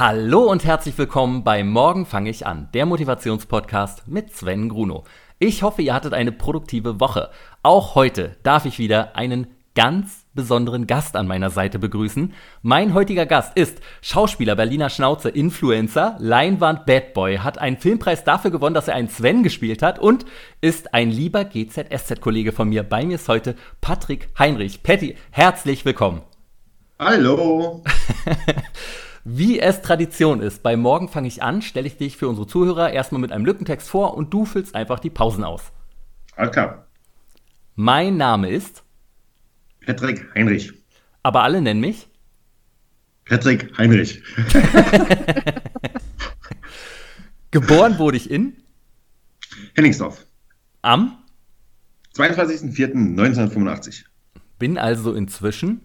Hallo und herzlich willkommen bei Morgen fange ich an, der Motivationspodcast mit Sven Gruno. Ich hoffe, ihr hattet eine produktive Woche. Auch heute darf ich wieder einen ganz besonderen Gast an meiner Seite begrüßen. Mein heutiger Gast ist Schauspieler, Berliner Schnauze, Influencer, Leinwand Bad Boy, hat einen Filmpreis dafür gewonnen, dass er einen Sven gespielt hat und ist ein lieber GZSZ-Kollege von mir. Bei mir ist heute Patrick Heinrich. Patti, herzlich willkommen. Hallo. Wie es Tradition ist, bei Morgen fange ich an, stelle ich dich für unsere Zuhörer erstmal mit einem Lückentext vor und du füllst einfach die Pausen aus. Alles klar. Mein Name ist Patrick Heinrich. Aber alle nennen mich Patrick Heinrich. Geboren wurde ich in Hennigsdorf. Am 22.04.1985. Bin also inzwischen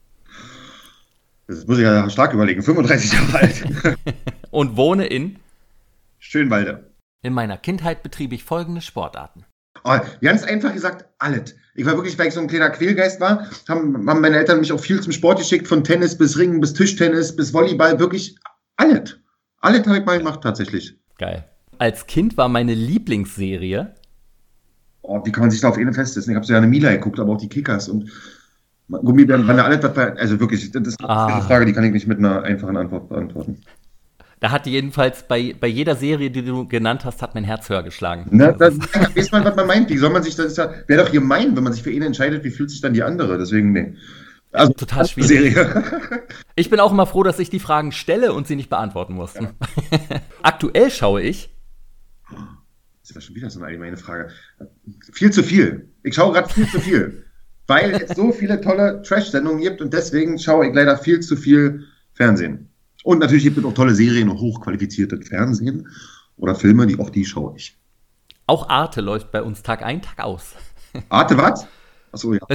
Das muss ich ja stark überlegen. 35 Jahre alt. und wohne in Schönwalde. In meiner Kindheit betrieb ich folgende Sportarten. Oh, ganz einfach gesagt, alles. Ich war wirklich, weil ich so ein kleiner Quälgeist war, haben meine Eltern mich auch viel zum Sport geschickt, von Tennis bis Ringen, bis Tischtennis, bis Volleyball, wirklich alles. Alles habe ich mal gemacht, tatsächlich. Geil. Als Kind war meine Lieblingsserie Oh, wie kann man sich da auf eine festsetzen? Ich habe so ja eine Mila geguckt, aber auch die Kickers und Gummibären waren da alles, also wirklich, das ist eine Frage, die kann ich nicht mit einer einfachen Antwort beantworten. Da hat jedenfalls bei jeder Serie, die du genannt hast, hat mein Herz höher geschlagen. Na, weiß man, was man meint. Wie soll man sich, das ist ja, wäre doch gemein, wenn man sich für eine entscheidet, wie fühlt sich dann die andere? Deswegen, nee. Also, total schwierig. Ich bin auch immer froh, dass ich die Fragen stelle und sie nicht beantworten muss. Ja. Aktuell schaue ich. Das war schon wieder so eine allgemeine Frage. Viel zu viel. Ich schaue gerade viel zu viel. Weil es so viele tolle Trash-Sendungen gibt und deswegen schaue ich leider viel zu viel Fernsehen. Und natürlich gibt es auch tolle Serien und hochqualifiziertes Fernsehen oder Filme, die schaue ich. Auch Arte läuft bei uns Tag ein, Tag aus. Arte was? Achso, ja.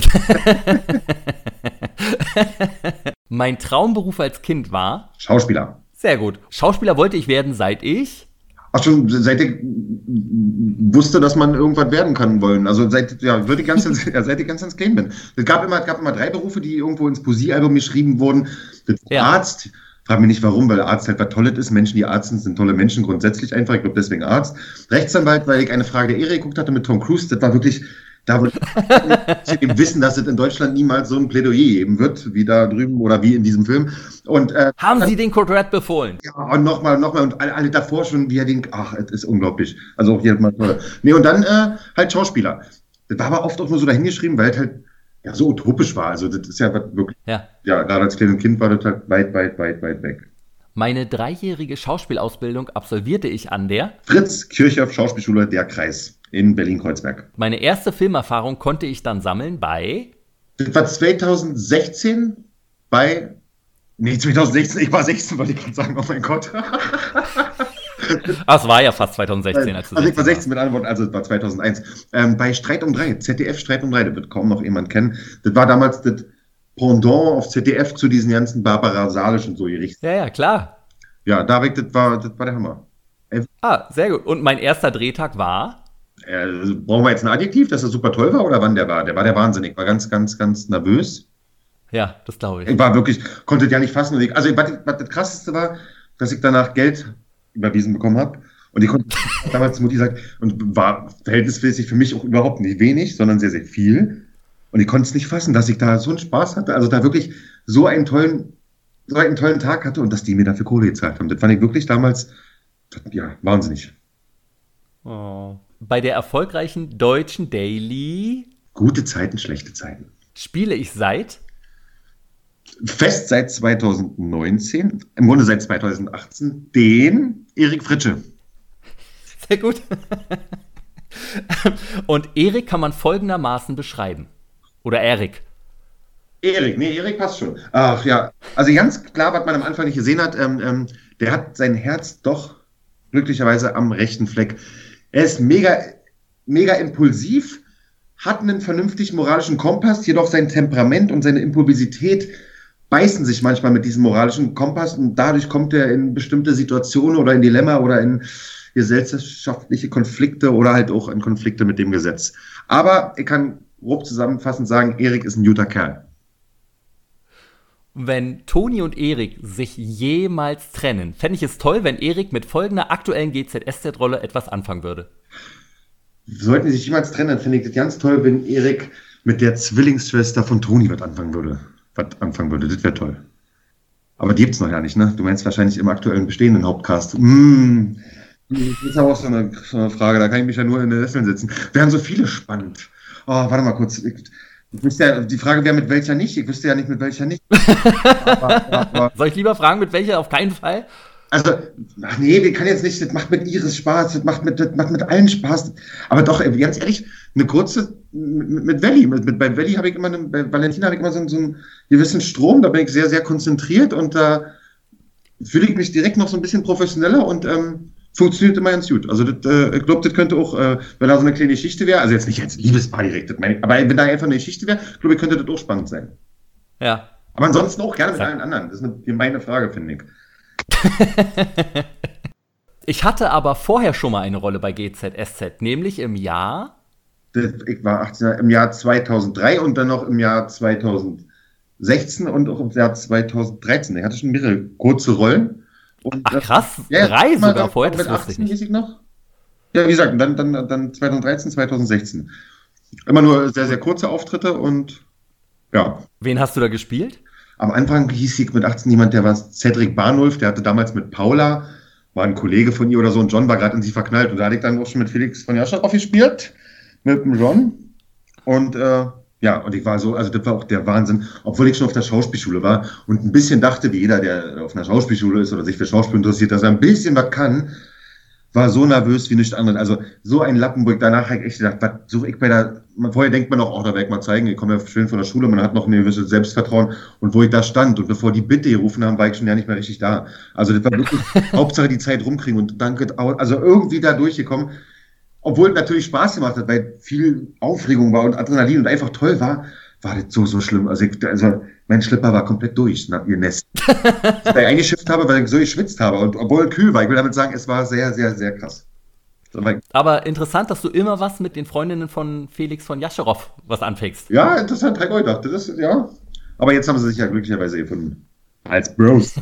Mein Traumberuf als Kind war? Schauspieler. Sehr gut. Schauspieler wollte ich werden, seit ich? Ach schon, seit ich wusste, dass man irgendwas werden kann wollen. Also seit ich ganz ans Game bin. Es gab immer 3 Berufe, die irgendwo ins Poesiealbum geschrieben wurden. Arzt. Frag mich nicht warum, weil Arzt halt was Tolles ist. Menschen, die Arzt sind tolle Menschen grundsätzlich einfach. Ich glaube deswegen Arzt. Rechtsanwalt, weil ich eine Frage der Ehre geguckt hatte mit Tom Cruise. Das war wirklich, da wollte ich eben wissen, dass es in Deutschland niemals so ein Plädoyer geben wird, wie da drüben oder wie in diesem Film. Und haben Sie den Code Red befohlen? Ja, und nochmal und alle davor schon, wie er den, es ist unglaublich. Also auch hier mal toll. Nee, und dann halt Schauspieler. Das war aber oft auch nur so dahingeschrieben, weil es halt ja so utopisch war. Also das ist ja wirklich, ja gerade als kleines Kind war das halt weit weg. Meine 3-jährige Schauspielausbildung absolvierte ich an der Fritz Kirchhoff Schauspielschule Der Kreis in Berlin-Kreuzberg. Meine erste Filmerfahrung konnte ich dann sammeln bei? Das war 2016 2016, ich war 16, wollte ich gerade sagen, oh mein Gott. Es war ja fast 2016. Also ich war 16 mit anderen Worten, also es war 2001. Bei Streit um 3, ZDF Streit um 3, das wird kaum noch jemand kennen. Das war damals das Pendant auf ZDF zu diesen ganzen Barbara Salisch und so gerichtet. Ja, klar. Ja, das war der Hammer. Sehr gut. Und mein erster Drehtag war? Brauchen wir jetzt ein Adjektiv, dass er super toll war oder wann der war? Der war der Wahnsinn. Ich war ganz, ganz, ganz nervös. Ja, das glaube ich. Ich war wirklich, konnte ja nicht fassen. Was das Krasseste war, dass ich danach Geld überwiesen bekommen habe. Und ich konnte damals Mutti sagen, und war verhältnismäßig für mich auch überhaupt nicht wenig, sondern sehr, sehr viel. Und ich konnte es nicht fassen, dass ich da so einen Spaß hatte, also da wirklich so einen tollen Tag hatte und dass die mir dafür Kohle gezahlt haben. Das fand ich wirklich damals, ja, wahnsinnig. Oh. Bei der erfolgreichen deutschen Daily Gute Zeiten, schlechte Zeiten. Spiele ich seit 2019, im Grunde seit 2018, den Erik Fritsche. Sehr gut. Und Erik kann man folgendermaßen beschreiben. Oder Erik. Erik passt schon. Ach ja, also ganz klar, was man am Anfang nicht gesehen hat, der hat sein Herz doch glücklicherweise am rechten Fleck. Er ist mega, mega impulsiv, hat einen vernünftigen moralischen Kompass, jedoch sein Temperament und seine Impulsivität beißen sich manchmal mit diesem moralischen Kompass und dadurch kommt er in bestimmte Situationen oder in Dilemma oder in gesellschaftliche Konflikte oder halt auch in Konflikte mit dem Gesetz. Aber ich kann grob zusammenfassend sagen, Erik ist ein guter Kerl. Wenn Toni und Erik sich jemals trennen, fände ich es toll, wenn Erik mit folgender aktuellen GZSZ-Rolle etwas anfangen würde. Sollten die sich jemals trennen, dann finde ich das ganz toll, wenn Erik mit der Zwillingsschwester von Toni was anfangen würde. Das wäre toll. Aber die gibt's noch ja nicht, ne? Du meinst wahrscheinlich im aktuellen bestehenden Hauptcast. Das ist aber auch so eine Frage, da kann ich mich ja nur in den Sesseln sitzen. Wären so viele spannend. Oh, warte mal kurz. Ich wüsste ja, die Frage wäre, mit welcher nicht. Ich wüsste ja nicht, mit welcher nicht. Aber, Soll ich lieber fragen, mit welcher? Auf keinen Fall. also, ach nee, wir kann jetzt nicht, das macht mit Iris Spaß, das macht mit allen Spaß. Aber doch, ganz ehrlich, eine kurze, mit Welli, bei Welli habe ich immer, bei Valentina habe ich immer so einen gewissen Strom, da bin ich sehr, sehr konzentriert und da fühle ich mich direkt noch so ein bisschen professioneller und funktioniert immer ganz gut. Also ich glaube, das könnte auch, wenn da so eine kleine Geschichte wäre, also jetzt nicht als Liebespaar direkt, das meine ich, aber wenn da einfach eine Geschichte wäre, glaube ich, könnte das auch spannend sein. Ja. Aber ansonsten auch gerne mit allen anderen. Das ist eine gemeine Frage, finde ich. Ich hatte aber vorher schon mal eine Rolle bei GZSZ, nämlich im Jahr... Ich war 18 im Jahr 2003 und dann noch im Jahr 2016 und auch im Jahr 2013. Ich hatte schon mehrere kurze Rollen. Und, Ach krass, 3 sogar vorher, das wusste ich nicht. Noch. Ja, wie gesagt, dann 2013, 2016. Immer nur sehr, sehr kurze Auftritte und ja. Wen hast du da gespielt? Am Anfang hieß ich mit 18 jemand, der war Cedric Barnulf, der hatte damals mit Paula, war ein Kollege von ihr oder so, und John war gerade in sie verknallt. Und da hatte ich dann auch schon mit Felix von Jascharow gespielt, mit dem John. Und und ich war so, also das war auch der Wahnsinn, obwohl ich schon auf der Schauspielschule war und ein bisschen dachte, wie jeder, der auf einer Schauspielschule ist oder sich für Schauspiel interessiert, dass er ein bisschen was kann, war so nervös wie nichts anderes. Also so ein Lappenburg, danach habe ich echt gedacht, was suche ich vorher denkt man auch, da werde ich mal zeigen, ich komme ja schön von der Schule, man hat noch ein gewisses Selbstvertrauen, und wo ich da stand und bevor die Bitte gerufen haben, war ich schon ja nicht mehr richtig da. Also das war wirklich Hauptsache die Zeit rumkriegen und danke, also irgendwie da durchgekommen. Obwohl es natürlich Spaß gemacht hat, weil viel Aufregung war und Adrenalin und einfach toll war das so schlimm. Also mein Schlipper war komplett durch, ihr Nest. Dass ich eingeschifft habe, weil ich so geschwitzt habe. Und obwohl kühl war, ich will damit sagen, es war sehr, sehr, sehr krass. Aber interessant, dass du immer was mit den Freundinnen von Felix von Jascharow was anfängst. Ja, interessant, habe ich auch gedacht. Das ist, ja. Aber jetzt haben sie sich ja glücklicherweise gefunden. Als Bros.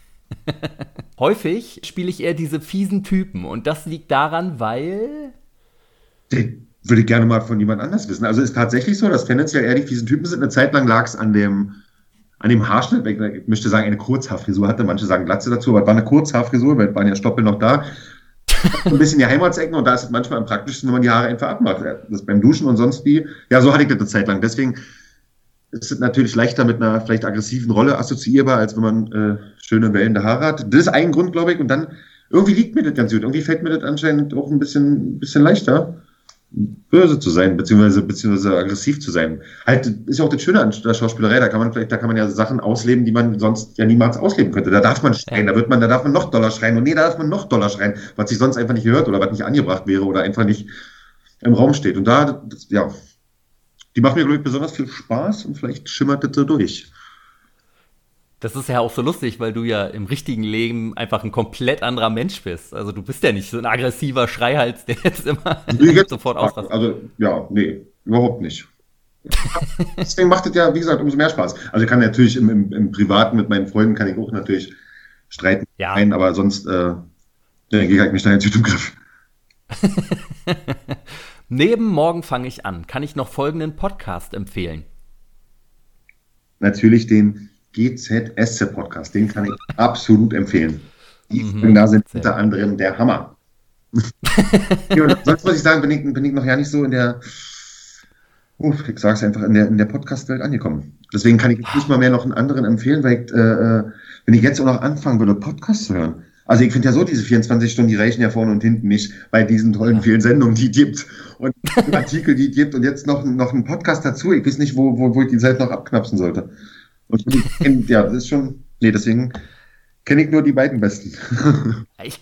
Häufig spiele ich eher diese fiesen Typen und das liegt daran, weil... Den würde ich gerne mal von jemand anders wissen. Also ist tatsächlich so, dass tendenziell eher die fiesen Typen sind. Eine Zeit lang lag es an dem Haarschnitt. Ich möchte sagen, eine Kurzhaarfrisur hatte. Manche sagen Glatze dazu, aber es war eine Kurzhaarfrisur, weil es waren ja Stoppel noch da. Ein bisschen die Heimatsecken und da ist es manchmal am praktischsten, wenn man die Haare einfach abmacht. Das beim Duschen und sonst wie. Ja, so hatte ich das eine Zeit lang. Deswegen ist es natürlich leichter mit einer vielleicht aggressiven Rolle assoziierbar, als wenn man schöne wellende Haare hat. Das ist ein Grund, glaube ich. Und dann irgendwie liegt mir das ganz gut. Irgendwie fällt mir das anscheinend auch ein bisschen leichter, böse zu sein, beziehungsweise aggressiv zu sein. Halt, ist ja auch das Schöne an der Schauspielerei, da kann man ja Sachen ausleben, die man sonst ja niemals ausleben könnte. Da darf man schreien, da darf man noch doller schreien und da darf man noch doller schreien, was sich sonst einfach nicht gehört oder was nicht angebracht wäre oder einfach nicht im Raum steht. Und die machen mir, glaube ich, besonders viel Spaß und vielleicht schimmert das so durch. Das ist ja auch so lustig, weil du ja im richtigen Leben einfach ein komplett anderer Mensch bist. Also du bist ja nicht so ein aggressiver Schreihals, der jetzt immer sofort ausrastet. Also ja, nee, überhaupt nicht. Deswegen macht es ja, wie gesagt, umso mehr Spaß. Also ich kann natürlich im Privaten mit meinen Freunden kann ich auch natürlich streiten, ja. Aber sonst gehe ich mich da jetzt im Griff. Neben Morgen fange ich an, kann ich noch folgenden Podcast empfehlen. Natürlich den GZSZ-Podcast, den kann ich absolut empfehlen. Die Folgen da sind unter anderem der Hammer. Sonst muss ich sagen, bin ich noch ja nicht so in der, ich sag's einfach, in der Podcast-Welt angekommen. Deswegen kann ich nicht mal mehr noch einen anderen empfehlen, weil wenn ich jetzt auch noch anfangen würde, Podcasts zu hören. Also ich finde ja so, diese 24 Stunden, die reichen ja vorne und hinten nicht bei diesen tollen vielen Sendungen, die es gibt und Artikel, die es gibt und jetzt noch einen Podcast dazu. Ich weiß nicht, wo ich die Zeit noch abknapsen sollte. Und ja, das ist schon, deswegen kenne ich nur die beiden besten. Ich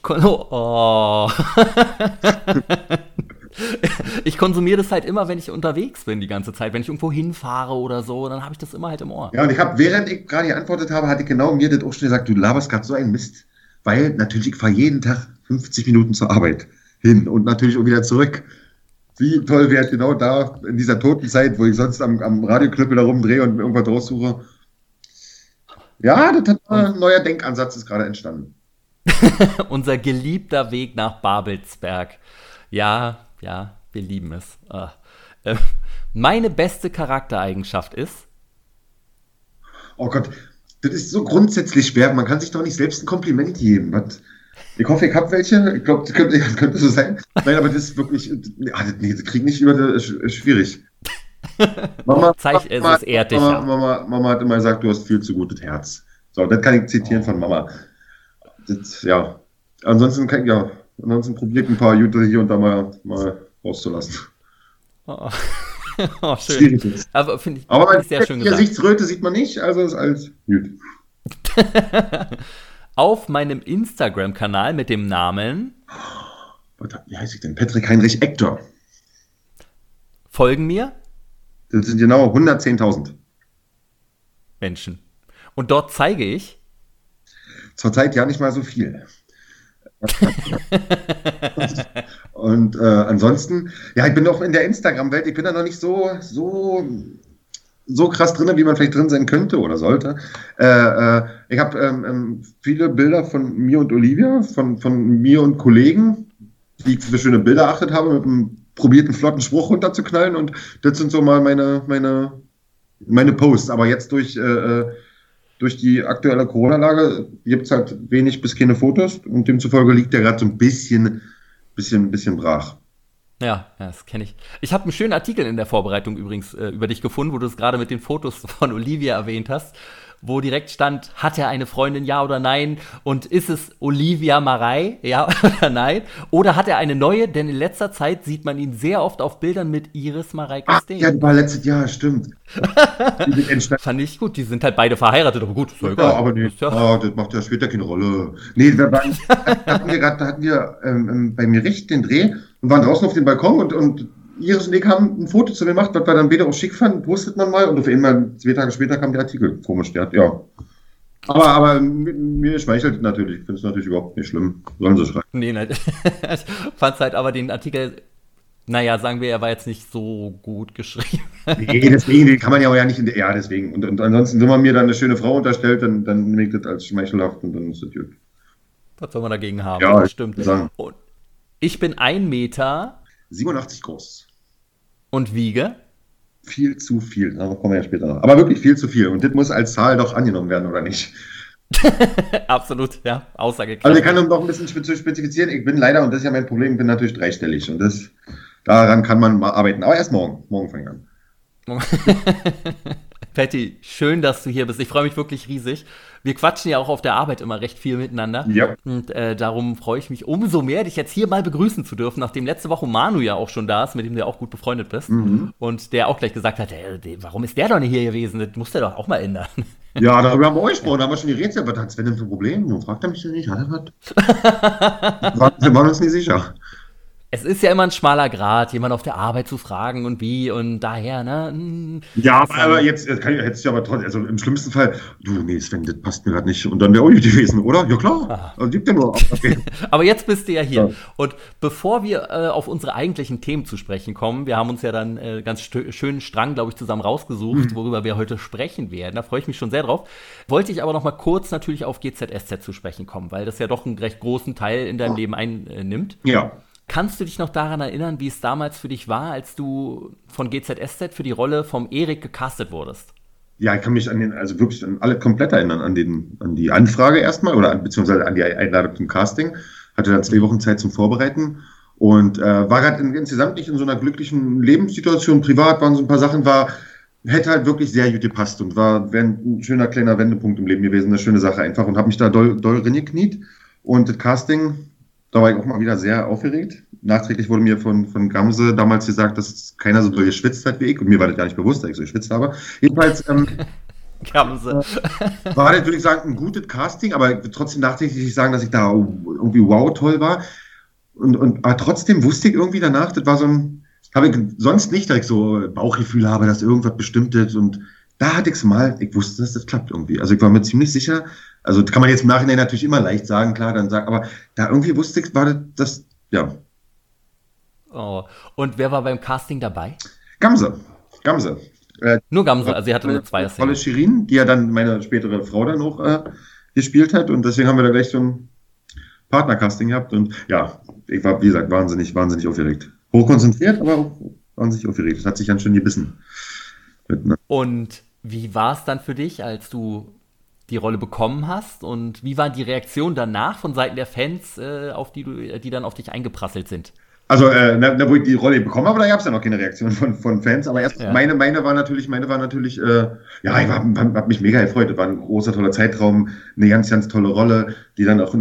konsumiere das halt immer, wenn ich unterwegs bin die ganze Zeit. Wenn ich irgendwo hinfahre oder so, dann habe ich das immer halt im Ohr. Ja, und während ich gerade geantwortet habe, hatte ich genau mir das auch schon gesagt, du laberst gerade so einen Mist. Weil natürlich, ich fahre jeden Tag 50 Minuten zur Arbeit hin und natürlich auch wieder zurück. Wie toll wäre genau da in dieser toten Zeit, wo ich sonst am Radioknüppel da rumdrehe und mir irgendwas raussuche. Ja, das hat Und ein neuer Denkansatz ist gerade entstanden. unser geliebter Weg nach Babelsberg. Ja, ja, wir lieben es. Äh, meine beste Charaktereigenschaft ist, Oh Gott, das ist so grundsätzlich schwer. Man kann sich doch nicht selbst ein Kompliment geben. Was? Ich hoffe, ich habe welche. Ich glaube, das könnte so sein. Nein, aber das ist wirklich, nee, das krieg nicht über, das ist schwierig. es ehrt dich ja. Mama hat immer gesagt, du hast viel zu gutes Herz. So, das kann ich zitieren von Mama. Das, ja. Ansonsten probiert ein paar Jute hier und da mal rauszulassen. Oh, oh, schön. Schwierig ist. Aber finde ich, Aber find ich sehr schön die gesagt. Gesichtsröte sieht man nicht, also ist alles gut. Auf meinem Instagram-Kanal mit dem Namen Wie heißt ich denn? Patrick Heinrich Ektor. folgen mir Das sind genau 110.000. Menschen. Und dort zeige ich, Zurzeit ja nicht mal so viel. Und ansonsten, ja, ich bin noch in der Instagram-Welt, ich bin da noch nicht so krass drin, wie man vielleicht drin sein könnte oder sollte. Ich habe viele Bilder von mir und Olivia, von mir und Kollegen, die ich für schöne Bilder erachtet habe, mit einem probierten flotten Spruch runterzuknallen. Und das sind so mal meine Posts. Aber jetzt durch die aktuelle Corona-Lage gibt es halt wenig bis keine Fotos und demzufolge liegt der gerade so ein bisschen brach. ja, das kenne ich. Ich habe einen schönen Artikel in der Vorbereitung übrigens über dich gefunden, wo du es gerade mit den Fotos von Olivia erwähnt hast, wo direkt stand, hat er eine Freundin, ja oder nein? Und ist es Olivia Marei, ja oder nein? Oder hat er eine neue? Denn in letzter Zeit sieht man ihn sehr oft auf Bildern mit Iris Marei Christine. Ja, die war letztes Jahr, stimmt. Fand ich gut. Die sind halt beide verheiratet, aber gut, ist doch Ja, egal. aber nee, Ist ja- das macht ja später keine Rolle. Nee, da hatten wir bei mir richtig den Dreh und waren draußen auf dem Balkon und Iris und ich haben ein Foto zu mir gemacht, was wir dann beide auch schick fanden, postet man mal und auf einmal 2 Tage später kam der Artikel. Komisch, ja. Aber mir schmeichelt natürlich. Ich finde es natürlich überhaupt nicht schlimm. Sollen sie schreiben. Nee, nein. Ich fand halt aber den Artikel, naja, sagen wir, er war jetzt nicht so gut geschrieben. Nee, deswegen, den kann man ja auch ja nicht ja, deswegen. Und ansonsten, wenn man mir dann eine schöne Frau unterstellt, dann nehme ich das als schmeichelhaft und dann ist das gut. Was soll man dagegen haben? Ja, Das ich stimmt. würde sagen. Und ich bin 1 Meter 87 groß. und wiege. Viel zu viel. Da kommen wir ja später noch. Aber wirklich viel zu viel. Und das muss als Zahl doch angenommen werden, oder nicht? Absolut, ja, Also aussagekräftig. ich kann noch ein bisschen spezifizieren. Ich bin leider, und das ist ja mein Problem, ich bin natürlich dreistellig. Und daran kann man mal arbeiten. Aber erst morgen. Morgen fange ich an. Patty, schön, dass du hier bist. Ich freue mich wirklich riesig. Wir quatschen ja auch auf der Arbeit immer recht viel miteinander. Ja. Und darum freue ich mich umso mehr, dich jetzt hier mal begrüßen zu dürfen, nachdem letzte Woche Manu ja auch schon da ist, mit dem du ja auch gut befreundet bist. Und der auch gleich gesagt hat, warum ist der doch nicht hier gewesen? Das muss der doch auch mal ändern. Ja, darüber haben wir auch gesprochen. Da haben wir schon geredet. Was hat Sven denn für ein Problem? Nun fragt er mich doch nicht. Hat er was? Wir waren uns nicht sicher. Es ist ja immer ein schmaler Grat, jemand auf der Arbeit zu fragen und wie und daher, ne? Ja, aber jetzt hättest du aber trotzdem, also im schlimmsten Fall, nee, Sven, das passt mir gerade nicht. Und dann wäre auch gut gewesen, oder? Ja, klar. Also, gibt ja nur. Okay. Aber jetzt bist du ja hier. Ja. Und bevor wir auf unsere eigentlichen Themen zu sprechen kommen, wir haben uns ja dann ganz schönen Strang, glaube ich, zusammen rausgesucht, worüber wir heute sprechen werden. Da freue ich mich schon sehr drauf. Wollte ich aber noch mal kurz natürlich auf GZSZ zu sprechen kommen, weil das ja doch einen recht großen Teil in deinem Leben einnimmt. Ja. Kannst du dich noch daran erinnern, wie es damals für dich war, als du von GZSZ für die Rolle vom Erik gecastet wurdest? Ja, ich kann mich also wirklich an alle komplett erinnern, an die Anfrage erstmal oder beziehungsweise an die Einladung zum Casting. Hatte dann 2 Wochen Zeit zum Vorbereiten und war gerade insgesamt nicht in so einer glücklichen Lebenssituation. Privat waren so ein paar Sachen, hätte halt wirklich sehr gut gepasst und wäre ein schöner kleiner Wendepunkt im Leben gewesen, eine schöne Sache einfach und habe mich da doll reingekniet. Und das Casting, da war ich auch mal wieder sehr aufgeregt. Nachträglich wurde mir von Gamse damals gesagt, dass keiner so doll geschwitzt hat wie ich. Und mir war das gar nicht bewusst, dass ich so geschwitzt habe. Jedenfalls Gamse. war das, würde ich sagen, ein gutes Casting, aber trotzdem nachträglich sagen, dass ich da irgendwie toll war. Aber trotzdem wusste ich irgendwie danach, das war habe ich sonst nicht, dass ich so Bauchgefühl habe, dass irgendwas Bestimmtes und da hatte ich es mal, ich wusste, dass das klappt irgendwie. Also ich war mir ziemlich sicher, also das kann man jetzt im Nachhinein natürlich immer leicht sagen, klar, aber da irgendwie wusste ich, war das, ja. Oh. Und wer war beim Casting dabei? Gamse. Nur Gamse, also sie hatte eine Rolle Zweierszene. Shirin, die ja dann meine spätere Frau dann auch gespielt hat. Und deswegen haben wir da gleich so ein Partnercasting gehabt. Und ja, ich war, wie gesagt, wahnsinnig aufgeregt. Hochkonzentriert, aber auch wahnsinnig aufgeregt. Das hat sich ganz schön gebissen. Ne? Und wie war es dann für dich, als du die Rolle bekommen hast? Und wie war die Reaktion danach von Seiten der Fans, die dann auf dich eingeprasselt sind? Also, wo ich die Rolle bekommen habe, da gab es ja noch keine Reaktion von Fans, aber erst Ja. meine war natürlich, ja, hab mich mega gefreut. Das war ein großer, toller Zeitraum, eine ganz tolle Rolle, die dann auch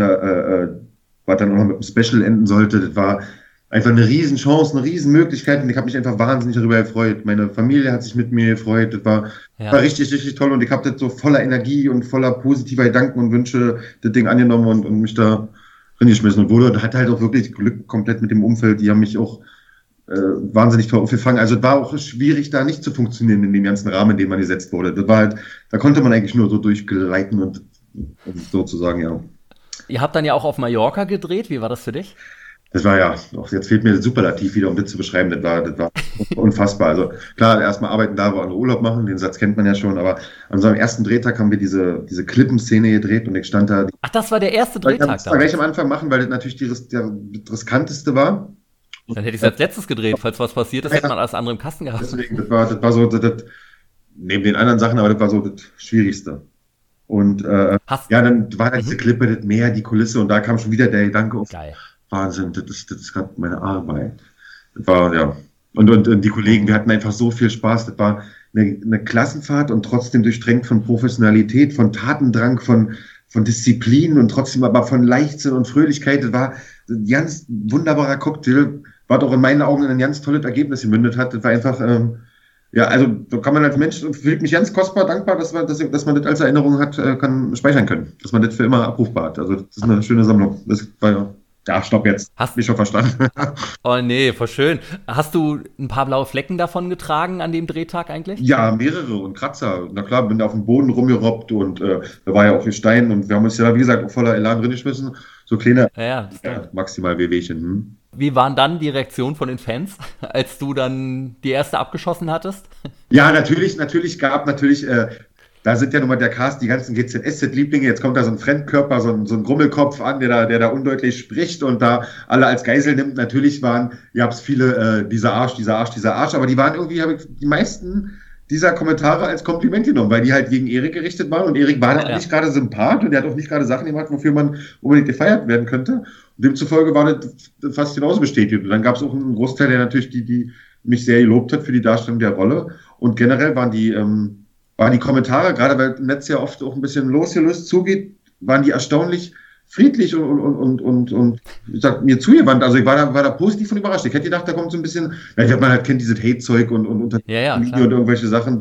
was dann auch noch mit einem Special enden sollte. Das war einfach eine Riesenchance, eine Riesenmöglichkeit und ich habe mich einfach wahnsinnig darüber gefreut. Meine Familie hat sich mit mir gefreut. Das war richtig toll und ich habe das so voller Energie und voller positiver Gedanken und Wünsche das Ding angenommen und mich da reingeschmissen und wurde und hatte halt auch wirklich Glück komplett mit dem Umfeld. Die haben mich auch wahnsinnig toll aufgefangen. Also es war auch schwierig, da nicht zu funktionieren in dem ganzen Rahmen, in dem man gesetzt wurde. Das war halt, da konnte man eigentlich nur so durchgleiten und sozusagen, ja. Ihr habt dann ja auch auf Mallorca gedreht. Wie war das für dich? Das war ja, auch jetzt fehlt mir das Superlativ wieder, um das zu beschreiben. Das war unfassbar. Also klar, erstmal arbeiten da, wo andere Urlaub machen, den Satz kennt man ja schon, aber an unserem ersten Drehtag haben wir diese Klippenszene gedreht und ich stand da. Ach, das war der erste Drehtag da. Das war gleich am Anfang machen, weil das natürlich der riskanteste war. Dann hätte ich es als letztes gedreht, falls was passiert ist, hätte man alles andere im Kasten gehabt. Deswegen, das war so, neben den anderen Sachen, aber das war so das Schwierigste. Und dann war da diese Klippe, das Meer, die Kulisse und da kam schon wieder der Gedanke auf. Geil. Wahnsinn, das ist gerade meine Arbeit. Das war, ja. Und die Kollegen, wir hatten einfach so viel Spaß. Das war eine Klassenfahrt und trotzdem durchtränkt von Professionalität, von Tatendrang, von Disziplin und trotzdem aber von Leichtsinn und Fröhlichkeit. Das war ein ganz wunderbarer Cocktail, was auch in meinen Augen in ein ganz tolles Ergebnis gemündet hat. Das war einfach, also da kann man als Mensch, und fühlt mich ganz kostbar dankbar, dass man das als Erinnerung hat, kann speichern können. Dass man das für immer abrufbar hat. Also das ist eine schöne Sammlung. Das war ja, stopp jetzt. Hast mich schon verstanden. Oh nee, voll schön. Hast du ein paar blaue Flecken davon getragen an dem Drehtag eigentlich? Ja, mehrere und Kratzer. Na klar, bin da auf dem Boden rumgerobbt und da war ja auch viel Stein und wir haben uns ja, wie gesagt, auch voller Elan reingeschmissen. So kleine, maximal Wehwehchen. Wie waren dann die Reaktionen von den Fans, als du dann die erste abgeschossen hattest? Ja, natürlich da sind ja nun mal der Cast, die ganzen GZSZ-Lieblinge, jetzt kommt da so ein Fremdkörper, so ein Grummelkopf an, der da undeutlich spricht und da alle als Geisel nimmt. Natürlich gab's viele, dieser Arsch, aber die waren irgendwie, habe ich die meisten dieser Kommentare als Kompliment genommen, weil die halt gegen Erik gerichtet waren und Erik war dann nicht gerade Sympath und der hat auch nicht gerade Sachen gemacht, wofür man unbedingt gefeiert werden könnte. Und demzufolge war das fast genauso bestätigt. Und dann gab es auch einen Großteil, der natürlich die mich sehr gelobt hat für die Darstellung der Rolle. Und generell waren die Kommentare, gerade weil im Netz ja oft auch ein bisschen losgelöst zugeht, waren die erstaunlich friedlich und ich sag, mir zugewandt. Also ich war da positiv und überrascht. Ich hätte gedacht, da kommt so ein bisschen, man halt kennt dieses Hate-Zeug und und irgendwelche Sachen.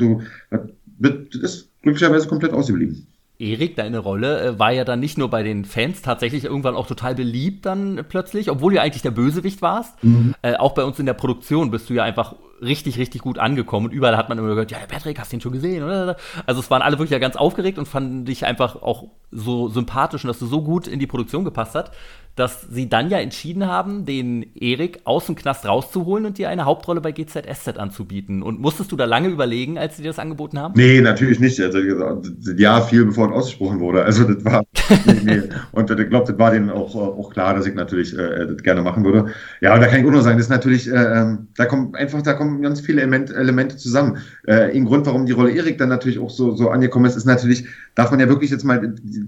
Das ist glücklicherweise komplett ausgeblieben. Erik, deine Rolle war ja dann nicht nur bei den Fans tatsächlich irgendwann auch total beliebt dann plötzlich, obwohl du eigentlich der Bösewicht warst. Auch bei uns in der Produktion bist du ja einfach richtig gut angekommen und überall hat man immer gehört, ja, der Patrick, hast du ihn schon gesehen? Oder? Also es waren alle wirklich ja ganz aufgeregt und fanden dich einfach auch so sympathisch und dass du so gut in die Produktion gepasst hast, dass sie dann ja entschieden haben, den Erik aus dem Knast rauszuholen und dir eine Hauptrolle bei GZSZ anzubieten. Und musstest du da lange überlegen, als sie dir das angeboten haben? Nee, natürlich nicht. Also ja, viel bevor es ausgesprochen wurde. Also das war nee. Und ich glaube, das war denen auch klar, dass ich natürlich das gerne machen würde. Ja, und da kann ich auch nur sagen, das ist natürlich, da kommen ganz viele Elemente zusammen. Ein Grund, warum die Rolle Erik dann natürlich auch so angekommen ist natürlich, darf man ja wirklich jetzt mal,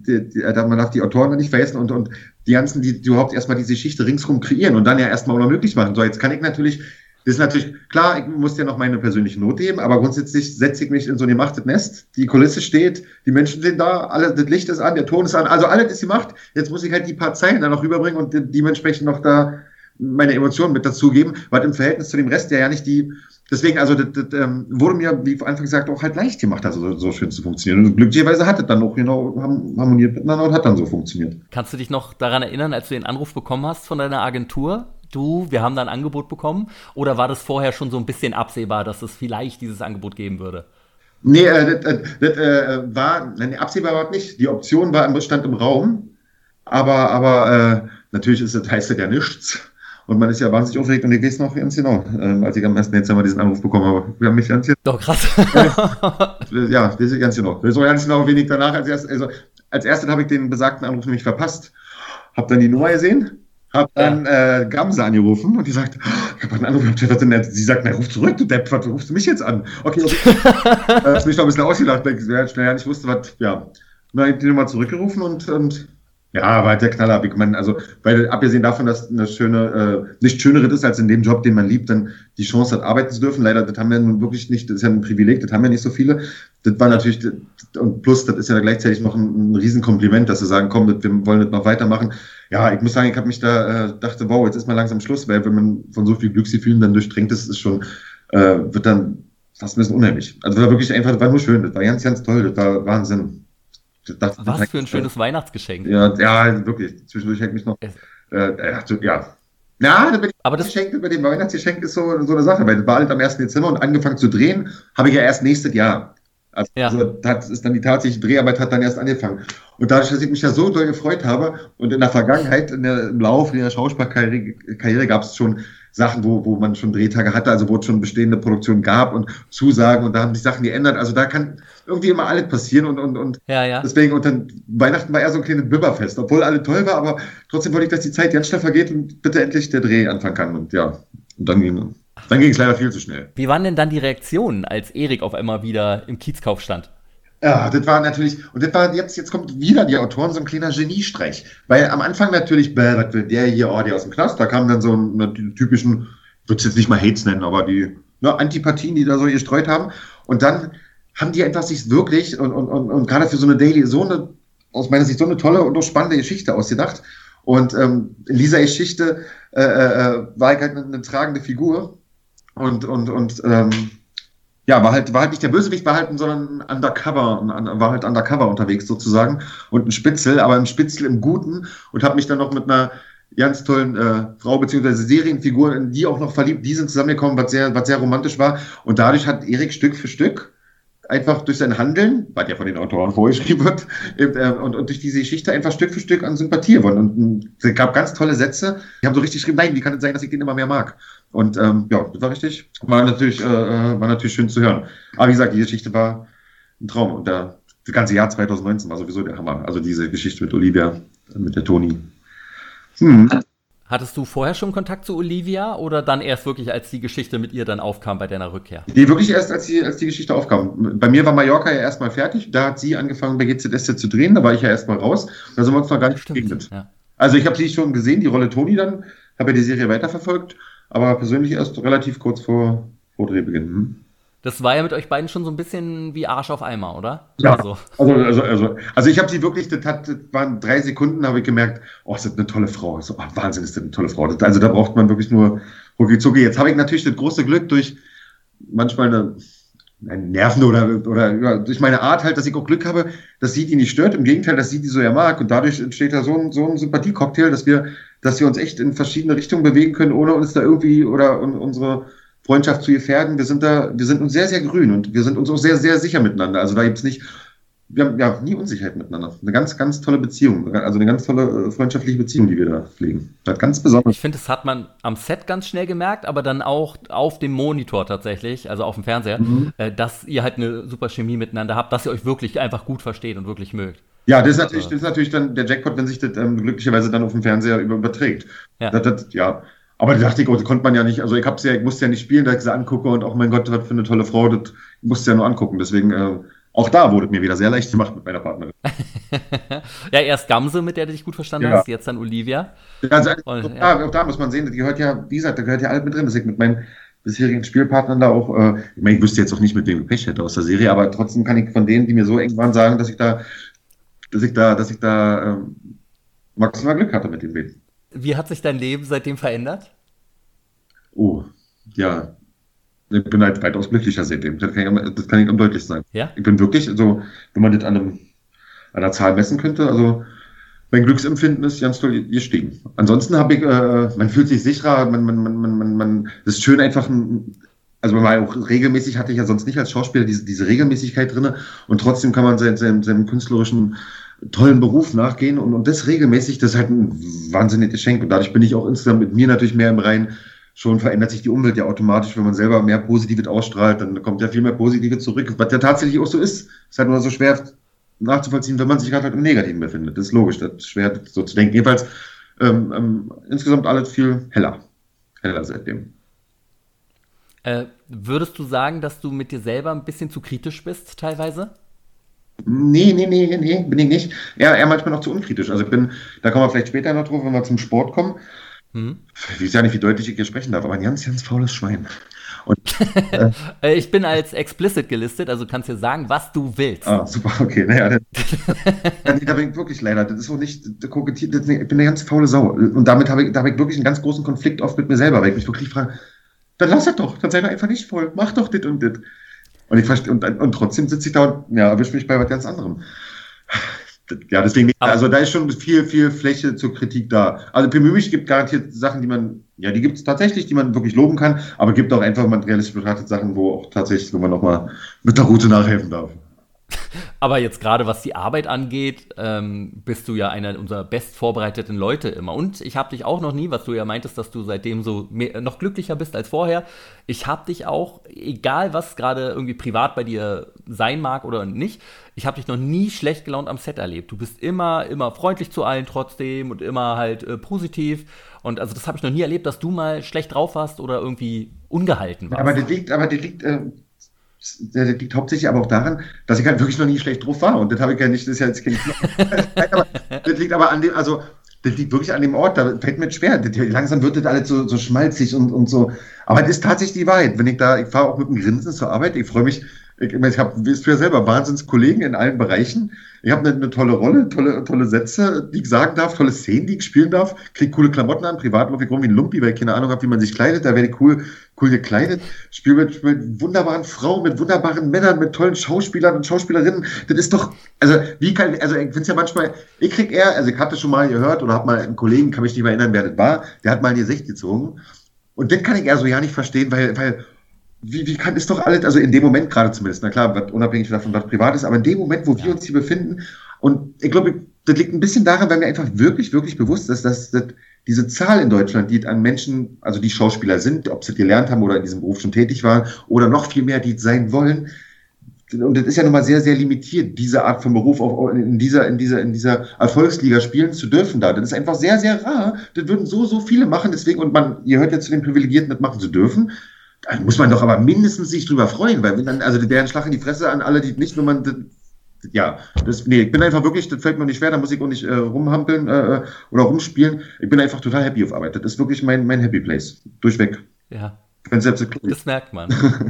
man darf die Autoren nicht vergessen und die ganzen, die überhaupt erstmal diese Geschichte ringsrum kreieren und dann ja erstmal auch noch möglich machen. So, jetzt kann ich natürlich, das ist natürlich, klar, ich muss ja noch meine persönliche Note geben, aber grundsätzlich setze ich mich in so ein gemachtes Nest, die Kulisse steht, die Menschen sind da, das Licht ist an, der Ton ist an, also alles ist gemacht. Jetzt muss ich halt die paar Zeilen da noch rüberbringen und dementsprechend noch da meine Emotionen mit dazugeben, weil im Verhältnis zu dem Rest ja nicht deswegen, also das wurde mir, wie Anfang gesagt, auch halt leicht gemacht, also so schön zu funktionieren. Und glücklicherweise hat es dann auch harmoniert miteinander und hat dann so funktioniert. Kannst du dich noch daran erinnern, als du den Anruf bekommen hast von deiner Agentur? Wir haben da ein Angebot bekommen? Oder war das vorher schon so ein bisschen absehbar, dass es vielleicht dieses Angebot geben würde? Nee, absehbar war es nicht. Die Option stand im Raum, aber natürlich heißt das ja nichts. Und man ist ja wahnsinnig aufgeregt und ich weiß noch ganz genau, als ich am 1. Dezember diesen Anruf bekommen habe. Wir haben mich ganz Doch, krass. ja, weiß ich ganz genau. Ich weiß auch ganz genau, wenig danach als erstes habe ich den besagten Anruf nämlich verpasst. Habe dann die Nummer gesehen, habe dann Gamse angerufen und die sagt, ich habe einen Anruf, sie sagt, na, ruf zurück, du Depp, was rufst du mich jetzt an? Okay, hast mich noch ein bisschen ausgelacht, weil ich schnell nicht wusste, was, ja. Dann habe ich die Nummer zurückgerufen und ja, war halt der Knaller. Ich meine, also, weil abgesehen davon, dass eine schöne, nicht schöneres ist als in dem Job, den man liebt, dann die Chance hat, arbeiten zu dürfen. Leider, das haben wir nun wirklich nicht, das ist ja ein Privileg, das haben wir nicht so viele. Das war natürlich, und plus, das ist ja gleichzeitig noch ein Riesenkompliment, dass sie sagen, komm, wir wollen das noch weitermachen. Ja, ich muss sagen, ich habe mich da, dachte, wow, jetzt ist mal langsam Schluss, weil wenn man von so viel Glücksgefühlen dann durchdrängt ist, ist schon, wird dann fast ein bisschen unheimlich. Also war wirklich einfach, das war nur schön, das war ganz, ganz toll, das war Wahnsinn. Was für ein schönes Weihnachtsgeschenk. Ja, wirklich. Zwischendurch hängt mich noch. Ja. Ja, Aber das Geschenk über dem Weihnachtsgeschenk ist so eine Sache, weil das war halt am 1. Dezember und angefangen zu drehen, habe ich ja erst nächstes Jahr. Also das ist dann die tatsächliche Dreharbeit hat dann erst angefangen. Und dadurch, dass ich mich ja so doll gefreut habe und in der Vergangenheit, im Laufe der Schauspielkarriere gab es schon Sachen, wo man schon Drehtage hatte, also wo es schon bestehende Produktionen gab und Zusagen und da haben sich Sachen geändert. Also da kann irgendwie immer alles passieren und ja. deswegen, und dann Weihnachten war eher so ein kleines Bibberfest, obwohl alles toll war, aber trotzdem wollte ich, dass die Zeit ganz schnell vergeht und bitte endlich der Dreh anfangen kann. Und ja, und dann ging es leider viel zu schnell. Wie waren denn dann die Reaktionen, als Erik auf einmal wieder im Kiezkauf stand? Ja, das war natürlich, und das war jetzt kommt wieder die Autoren so ein kleiner Geniestreich. Weil am Anfang natürlich, was will der hier, der aus dem Knast, da kamen dann so die typischen, ich würde es jetzt nicht mal Hates nennen, aber die Antipathien, die da so gestreut haben. Und dann haben die einfach sich wirklich und gerade für so eine Daily, aus meiner Sicht so eine tolle und auch spannende Geschichte ausgedacht. Und in dieser Geschichte war ich halt eine tragende Figur ja, war halt nicht der Bösewicht, war halt so ein Undercover unterwegs sozusagen und ein Spitzel, aber ein Spitzel im Guten und habe mich dann noch mit einer ganz tollen Frau beziehungsweise Serienfigur in die auch noch verliebt. Die sind zusammengekommen, was sehr romantisch war und dadurch hat Erik Stück für Stück einfach durch sein Handeln, was ja von den Autoren vorgeschrieben wird, und durch diese Geschichte einfach Stück für Stück an Sympathie gewonnen. Und es gab ganz tolle Sätze, die haben so richtig geschrieben, nein, wie kann es sein, dass ich den immer mehr mag? Und ja, das war natürlich schön zu hören. Aber wie gesagt, die Geschichte war ein Traum. Und das ganze Jahr 2019 war sowieso der Hammer. Also diese Geschichte mit Olivia, mit der Toni. Hattest du vorher schon Kontakt zu Olivia oder dann erst wirklich, als die Geschichte mit ihr dann aufkam bei deiner Rückkehr? Nee, wirklich erst, als die Geschichte aufkam. Bei mir war Mallorca ja erstmal fertig. Da hat sie angefangen, bei GZSZ zu drehen. Da war ich ja erstmal raus. Da sind wir uns noch gar nicht begegnet. Ja. Also ich habe sie schon gesehen, die Rolle Toni dann. Habe ja die Serie weiterverfolgt. Aber persönlich erst relativ kurz vor Drehbeginn. Das war ja mit euch beiden schon so ein bisschen wie Arsch auf Eimer, oder? Ja, also ich habe sie wirklich, das waren 3 Sekunden, habe ich gemerkt, oh, ist das eine tolle Frau. So, Wahnsinn, ist das eine tolle Frau. Also da braucht man wirklich nur rucki-zucki. Jetzt habe ich natürlich das große Glück durch manchmal ein Nerven oder durch meine Art halt, dass ich auch Glück habe, dass sie die nicht stört. Im Gegenteil, dass sie die so ja mag. Und dadurch entsteht da so ein Sympathiecocktail, dass wir uns echt in verschiedene Richtungen bewegen können, ohne uns da irgendwie oder unsere Freundschaft zu gefährden. Wir sind uns sehr, sehr grün und wir sind uns auch sehr, sehr sicher miteinander. Also da gibt's nicht, wir haben ja nie Unsicherheit miteinander. Eine ganz, ganz tolle Beziehung, also eine ganz tolle freundschaftliche Beziehung, die wir da pflegen. Das hat ganz besonders. Ich finde, das hat man am Set ganz schnell gemerkt, aber dann auch auf dem Monitor tatsächlich, also auf dem Fernseher, dass ihr halt eine super Chemie miteinander habt, dass ihr euch wirklich einfach gut versteht und wirklich mögt. Ja, das ist natürlich dann der Jackpot, wenn sich das glücklicherweise dann auf dem Fernseher überträgt. Ja. Aber da dachte ich, das konnte man ja nicht, also ich musste ja nicht spielen, da ich sie angucke und auch, mein Gott, was für eine tolle Frau, das musste ja nur angucken. Deswegen, auch da wurde es mir wieder sehr leicht gemacht mit meiner Partnerin. Ja, erst Gamse, mit der du dich gut verstanden hast, jetzt dann Olivia. Also auch da muss man sehen, die gehört ja, wie gesagt, da gehört ja alles mit drin, dass ich mit meinen bisherigen Spielpartnern da auch, ich meine, ich wüsste jetzt auch nicht, mit wem ich Pech hätte aus der Serie, aber trotzdem kann ich von denen, die mir so eng waren, sagen, dass ich da maximal Glück hatte mit dem Leben. Wie hat sich dein Leben seitdem verändert? Oh, ja. Ich bin halt weitaus glücklicher seitdem. Das kann ich undeutlich sein. Ja? Ich bin wirklich, also, wenn man das an einer Zahl messen könnte, also mein Glücksempfinden ist ganz toll gestiegen. Ansonsten habe ich, man fühlt sich sicherer, das ist schön einfach, also man war auch regelmäßig, hatte ich ja sonst nicht als Schauspieler diese Regelmäßigkeit drin und trotzdem kann man seinem künstlerischen tollen Beruf nachgehen und das regelmäßig, das ist halt ein wahnsinniges Geschenk. Und dadurch bin ich auch insgesamt mit mir natürlich mehr im Reinen. Schon verändert sich die Umwelt ja automatisch, wenn man selber mehr Positives ausstrahlt, dann kommt ja viel mehr Positives zurück, was ja tatsächlich auch so ist. Ist halt nur so schwer nachzuvollziehen, wenn man sich gerade halt im Negativen befindet. Das ist logisch, das ist schwer so zu denken. Jedenfalls insgesamt alles viel heller seitdem. Würdest du sagen, dass du mit dir selber ein bisschen zu kritisch bist, teilweise? Nee, bin ich nicht. Eher manchmal noch zu unkritisch. Also da kommen wir vielleicht später noch drauf, wenn wir zum Sport kommen. Hm? Ich weiß ja nicht, wie deutlich ich hier sprechen darf, aber ein ganz, ganz faules Schwein. Und, Ich bin als explicit gelistet, also kannst dir sagen, was du willst. Super, okay. Naja, da bin ich wirklich leider. Das ist auch nicht kokettiert. Ich bin eine ganz faule Sau. Und damit habe ich wirklich einen ganz großen Konflikt oft mit mir selber, weil ich mich wirklich frage, dann lass das doch, dann sei doch einfach nicht voll. Mach doch dit und dit. Und ich verstehe, und trotzdem sitze ich da und erwische mich bei was ganz anderem. Ja, deswegen, also da ist schon viel, viel Fläche zur Kritik da. Also für mich gibt garantiert Sachen, die gibt es tatsächlich, die man wirklich loben kann, aber gibt auch einfach mal realistisch betrachtet Sachen, wo man nochmal mit der Route nachhelfen darf. Aber jetzt gerade was die Arbeit angeht, bist du ja einer unserer bestvorbereiteten Leute immer. Und ich habe dich auch noch nie, was du ja meintest, dass du seitdem so noch glücklicher bist als vorher. Ich habe dich auch, egal was gerade irgendwie privat bei dir sein mag oder nicht, ich habe dich noch nie schlecht gelaunt am Set erlebt. Du bist immer freundlich zu allen trotzdem und immer halt positiv. Und also das habe ich noch nie erlebt, dass du mal schlecht drauf warst oder irgendwie ungehalten warst. Aber das liegt hauptsächlich aber auch daran, dass ich halt wirklich noch nie schlecht drauf war. Und das habe ich ja nicht, das ist ja jetzt kein aber das liegt aber das liegt wirklich an dem Ort, da fällt mir schwer. Langsam wird das alles so schmalzig und so. Aber das ist tatsächlich die Wahrheit. Ich fahre auch mit einem Grinsen zur Arbeit, ich freue mich, ich habe, weißt du ja selber, Wahnsinnskollegen in allen Bereichen. Ich habe eine tolle Rolle, tolle Sätze, die ich sagen darf, tolle Szenen, die ich spielen darf, kriege coole Klamotten an, privat laufe ich rum wie ein Lumpi, weil ich keine Ahnung habe, wie man sich kleidet, da werde ich cool gekleidet, spiele mit wunderbaren Frauen, mit wunderbaren Männern, mit tollen Schauspielern und Schauspielerinnen. Das ist doch, also ich finde es ja manchmal, ich hatte schon mal gehört oder habe mal einen Kollegen, kann mich nicht mehr erinnern, wer das war, der hat mal ein Gesicht gezogen. Und das kann ich eher so ja nicht verstehen, weil ist doch alles, also in dem Moment gerade zumindest, na klar, unabhängig davon, was privat ist, aber in dem Moment, wo wir uns hier befinden, und ich glaube, das liegt ein bisschen daran, weil mir einfach wirklich, wirklich bewusst ist, dass diese Zahl in Deutschland, die an Menschen, also die Schauspieler sind, ob sie gelernt haben oder in diesem Beruf schon tätig waren, oder noch viel mehr, die es sein wollen, und das ist ja nun mal sehr, sehr limitiert, diese Art von Beruf auch in dieser Erfolgsliga spielen zu dürfen da. Das ist einfach sehr, sehr rar. Das würden so viele machen, deswegen, und ihr hört ja zu den Privilegierten, das machen zu dürfen. Da muss man doch aber mindestens sich drüber freuen, weil der ein Schlag in die Fresse an alle, die nicht, wenn man, ich bin einfach wirklich, das fällt mir nicht schwer, da muss ich auch nicht rumhampeln oder rumspielen. Ich bin einfach total happy auf Arbeit. Das ist wirklich mein Happy Place. Durchweg. Ja. Das merkt man.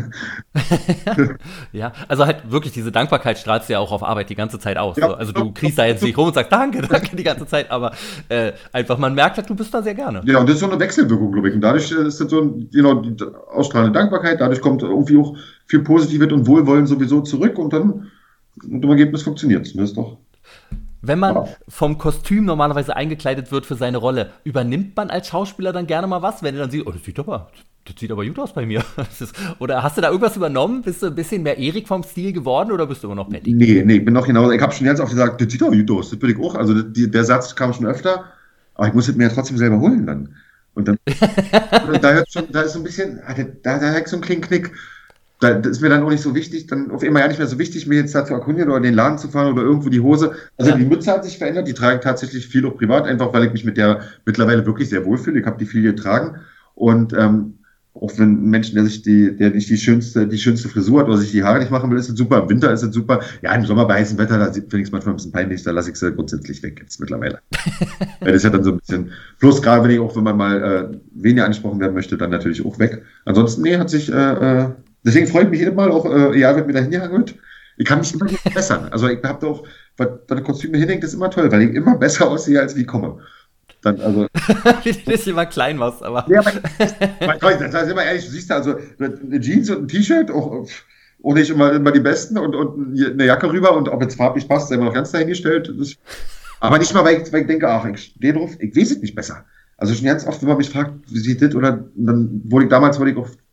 Ja, also halt wirklich diese Dankbarkeit strahlst du ja auch auf Arbeit die ganze Zeit aus. Ja, also du kriegst da jetzt nicht rum und sagst Danke die ganze Zeit, aber einfach man merkt halt, du bist da sehr gerne. Ja, und das ist so eine Wechselwirkung, glaube ich. Und dadurch ist das so die ausstrahlende Dankbarkeit, dadurch kommt irgendwie auch viel Positives und Wohlwollen sowieso zurück und dann im Ergebnis funktioniert es. Das ist doch. Wenn man vom Kostüm normalerweise eingekleidet wird für seine Rolle, übernimmt man als Schauspieler dann gerne mal was, wenn er dann sieht, das sieht aber gut aus bei mir. Oder hast du da irgendwas übernommen? Bist du ein bisschen mehr Erik vom Stil geworden oder bist du immer noch Patty? Nee, ich bin noch genauso. Ich habe schon ganz oft gesagt, das sieht aber gut aus. Das bin ich auch. Also der Satz kam schon öfter, aber ich muss es mir ja trotzdem selber holen dann. Und dann da ist so ein bisschen, da hat so ein kleinen Knick. Das ist mir dann auch nicht so wichtig, dann auf einmal ja nicht mehr so wichtig, mir jetzt da zu erkundigen oder in den Laden zu fahren oder irgendwo die Hose. Also die Mütze hat sich verändert, die trage ich tatsächlich viel auch privat, einfach weil ich mich mit der mittlerweile wirklich sehr wohlfühle. Ich habe die viel getragen und auch wenn ein Mensch, der nicht die schönste Frisur hat oder sich die Haare nicht machen will, ist es super. Im Winter ist es super. Ja, im Sommer bei heißem Wetter, da finde ich es manchmal ein bisschen peinlich, da lasse ich es grundsätzlich weg jetzt mittlerweile. Weil das ist ja dann so ein bisschen, plus gerade wenn man mal weniger angesprochen werden möchte, dann natürlich auch weg. Ansonsten, hat sich, deswegen freue ich mich jedes Mal auch, wenn mir da hingehangen wird. Ich kann mich immer verbessern. Also ich habe doch, was der Kostüme hinhängt, ist immer toll, weil ich immer besser aussehe, als wie ich komme. Dann, also. Das ist immer klein was, aber. Ja, aber da sind wir ehrlich, du siehst da also eine Jeans und ein T-Shirt, auch nicht immer die besten und eine Jacke rüber und ob jetzt farblich passt, sei immer noch ganz dahingestellt. Aber nicht mal, weil ich denke, ich stehe drauf, ich weiß es nicht besser. Also schon ganz oft, wenn man mich fragt, wie sieht das, oder dann wurde ich auch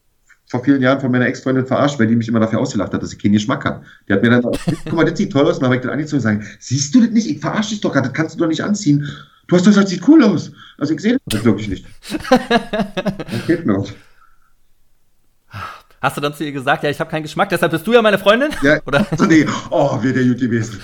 vor vielen Jahren von meiner Ex-Freundin verarscht, weil die mich immer dafür ausgelacht hat, dass ich keinen Geschmack habe. Die hat mir dann, guck mal, das sieht toll aus, und dann habe ich dann angezogen und sagen, siehst du das nicht? Ich verarsche dich doch gerade, das kannst du doch nicht anziehen. Du hast doch gesagt, das sieht cool aus. Also ich sehe das wirklich nicht. Das fehlt mir auch. Hast du dann zu ihr gesagt, ja, ich habe keinen Geschmack, deshalb bist du ja meine Freundin? Ja, Oder? also nee, oh, wir der Jute gewesen.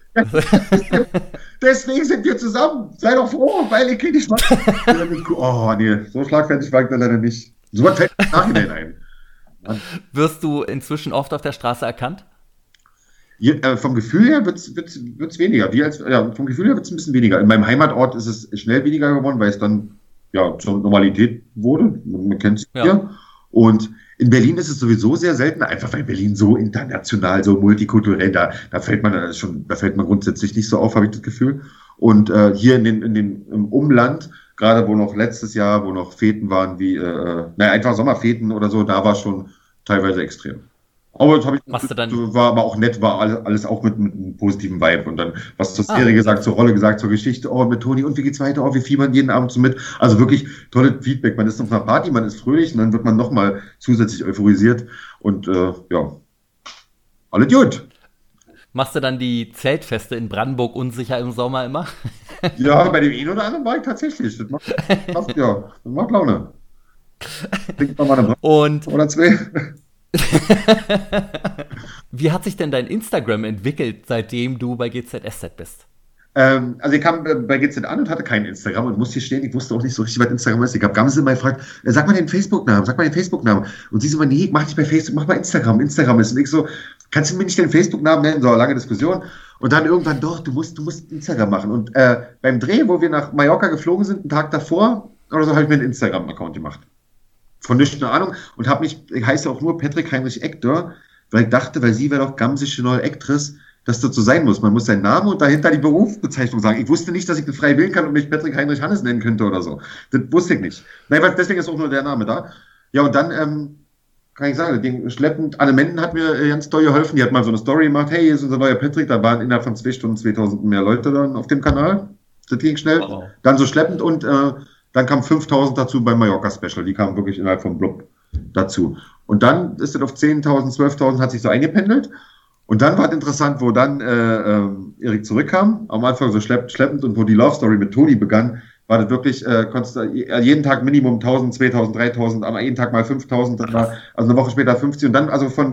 Deswegen sind wir zusammen. Sei doch froh, weil ich krieg nicht mal. Oh, nee, so schlagfertig war ich dann leider nicht. So was fällt mir im Nachhinein ein. Mann. Wirst du inzwischen oft auf der Straße erkannt? Vom Gefühl her wird's weniger. Vom Gefühl her wird es ein bisschen weniger. In meinem Heimatort ist es schnell weniger geworden, weil es dann zur Normalität wurde. Man kennt es hier. Und in Berlin ist es sowieso sehr selten, einfach weil Berlin so international, so multikulturell, da fällt man grundsätzlich nicht so auf, habe ich das Gefühl. Und hier im Umland, gerade wo noch letztes Jahr, wo noch Feten waren wie, einfach Sommerfeten oder so, da war schon teilweise extrem. Aber das war aber auch nett, war alles auch mit einem positiven Vibe. Und dann was zur Serie gesagt, zur Rolle gesagt, zur Geschichte, mit Toni, und wie geht's weiter? Wir fiebern jeden Abend so mit. Also wirklich tolles Feedback. Man ist auf einer Party, man ist fröhlich und dann wird man nochmal zusätzlich euphorisiert. Und alles gut. Machst du dann die Zeltfeste in Brandenburg unsicher im Sommer immer? Ja, bei dem einen oder anderen war ich tatsächlich. Das macht Laune. Trinkt man mal eine und oder zwei. Wie hat sich denn dein Instagram entwickelt, seitdem du bei GZSZ bist? Also ich kam bei GZ an und hatte kein Instagram und musste hier stehen, ich wusste auch nicht so richtig, was Instagram ist. Ich habe Gamse mal gefragt, sag mal den Facebook-Namen. Und sie so, nee, mach nicht bei Facebook, mach mal Instagram ist. Und ich so, kannst du mir nicht den Facebook-Namen nennen? So, lange Diskussion. Und dann irgendwann, doch, du musst Instagram machen. Und beim Dreh, wo wir nach Mallorca geflogen sind, einen Tag davor oder so, habe ich mir einen Instagram-Account gemacht. Von nichts eine Ahnung. Und ich heiße auch nur Patrick Heinrich Ektor, weil ich dachte, weil sie wäre doch Gamse Chenol Ektres, dass das so sein muss. Man muss seinen Namen und dahinter die Berufsbezeichnung sagen. Ich wusste nicht, dass ich das frei wählen kann und mich Patrick Heinrich Hannes nennen könnte oder so. Das wusste ich nicht. Nein, weil deswegen ist auch nur der Name da. Ja, und dann kann ich sagen, schleppend, Anne Menden hat mir ganz toll geholfen. Die hat mal so eine Story gemacht. Hey, hier ist unser neuer Patrick. Da waren innerhalb von 2 Stunden 2000 mehr Leute dann auf dem Kanal. Das ging schnell. Wow. Dann so schleppend und dann kamen 5000 dazu beim Mallorca-Special. Die kamen wirklich innerhalb vom Blub dazu. Und dann ist das auf 10.000, 12.000 hat sich so eingependelt. Und dann war es interessant, wo dann Erik zurückkam, am Anfang so schleppend, und wo die Love Story mit Toni begann, war das wirklich, konntest du jeden Tag Minimum 1.000, 2.000, 3.000, aber jeden Tag mal 5.000, dann war, also eine Woche später 50 und dann also von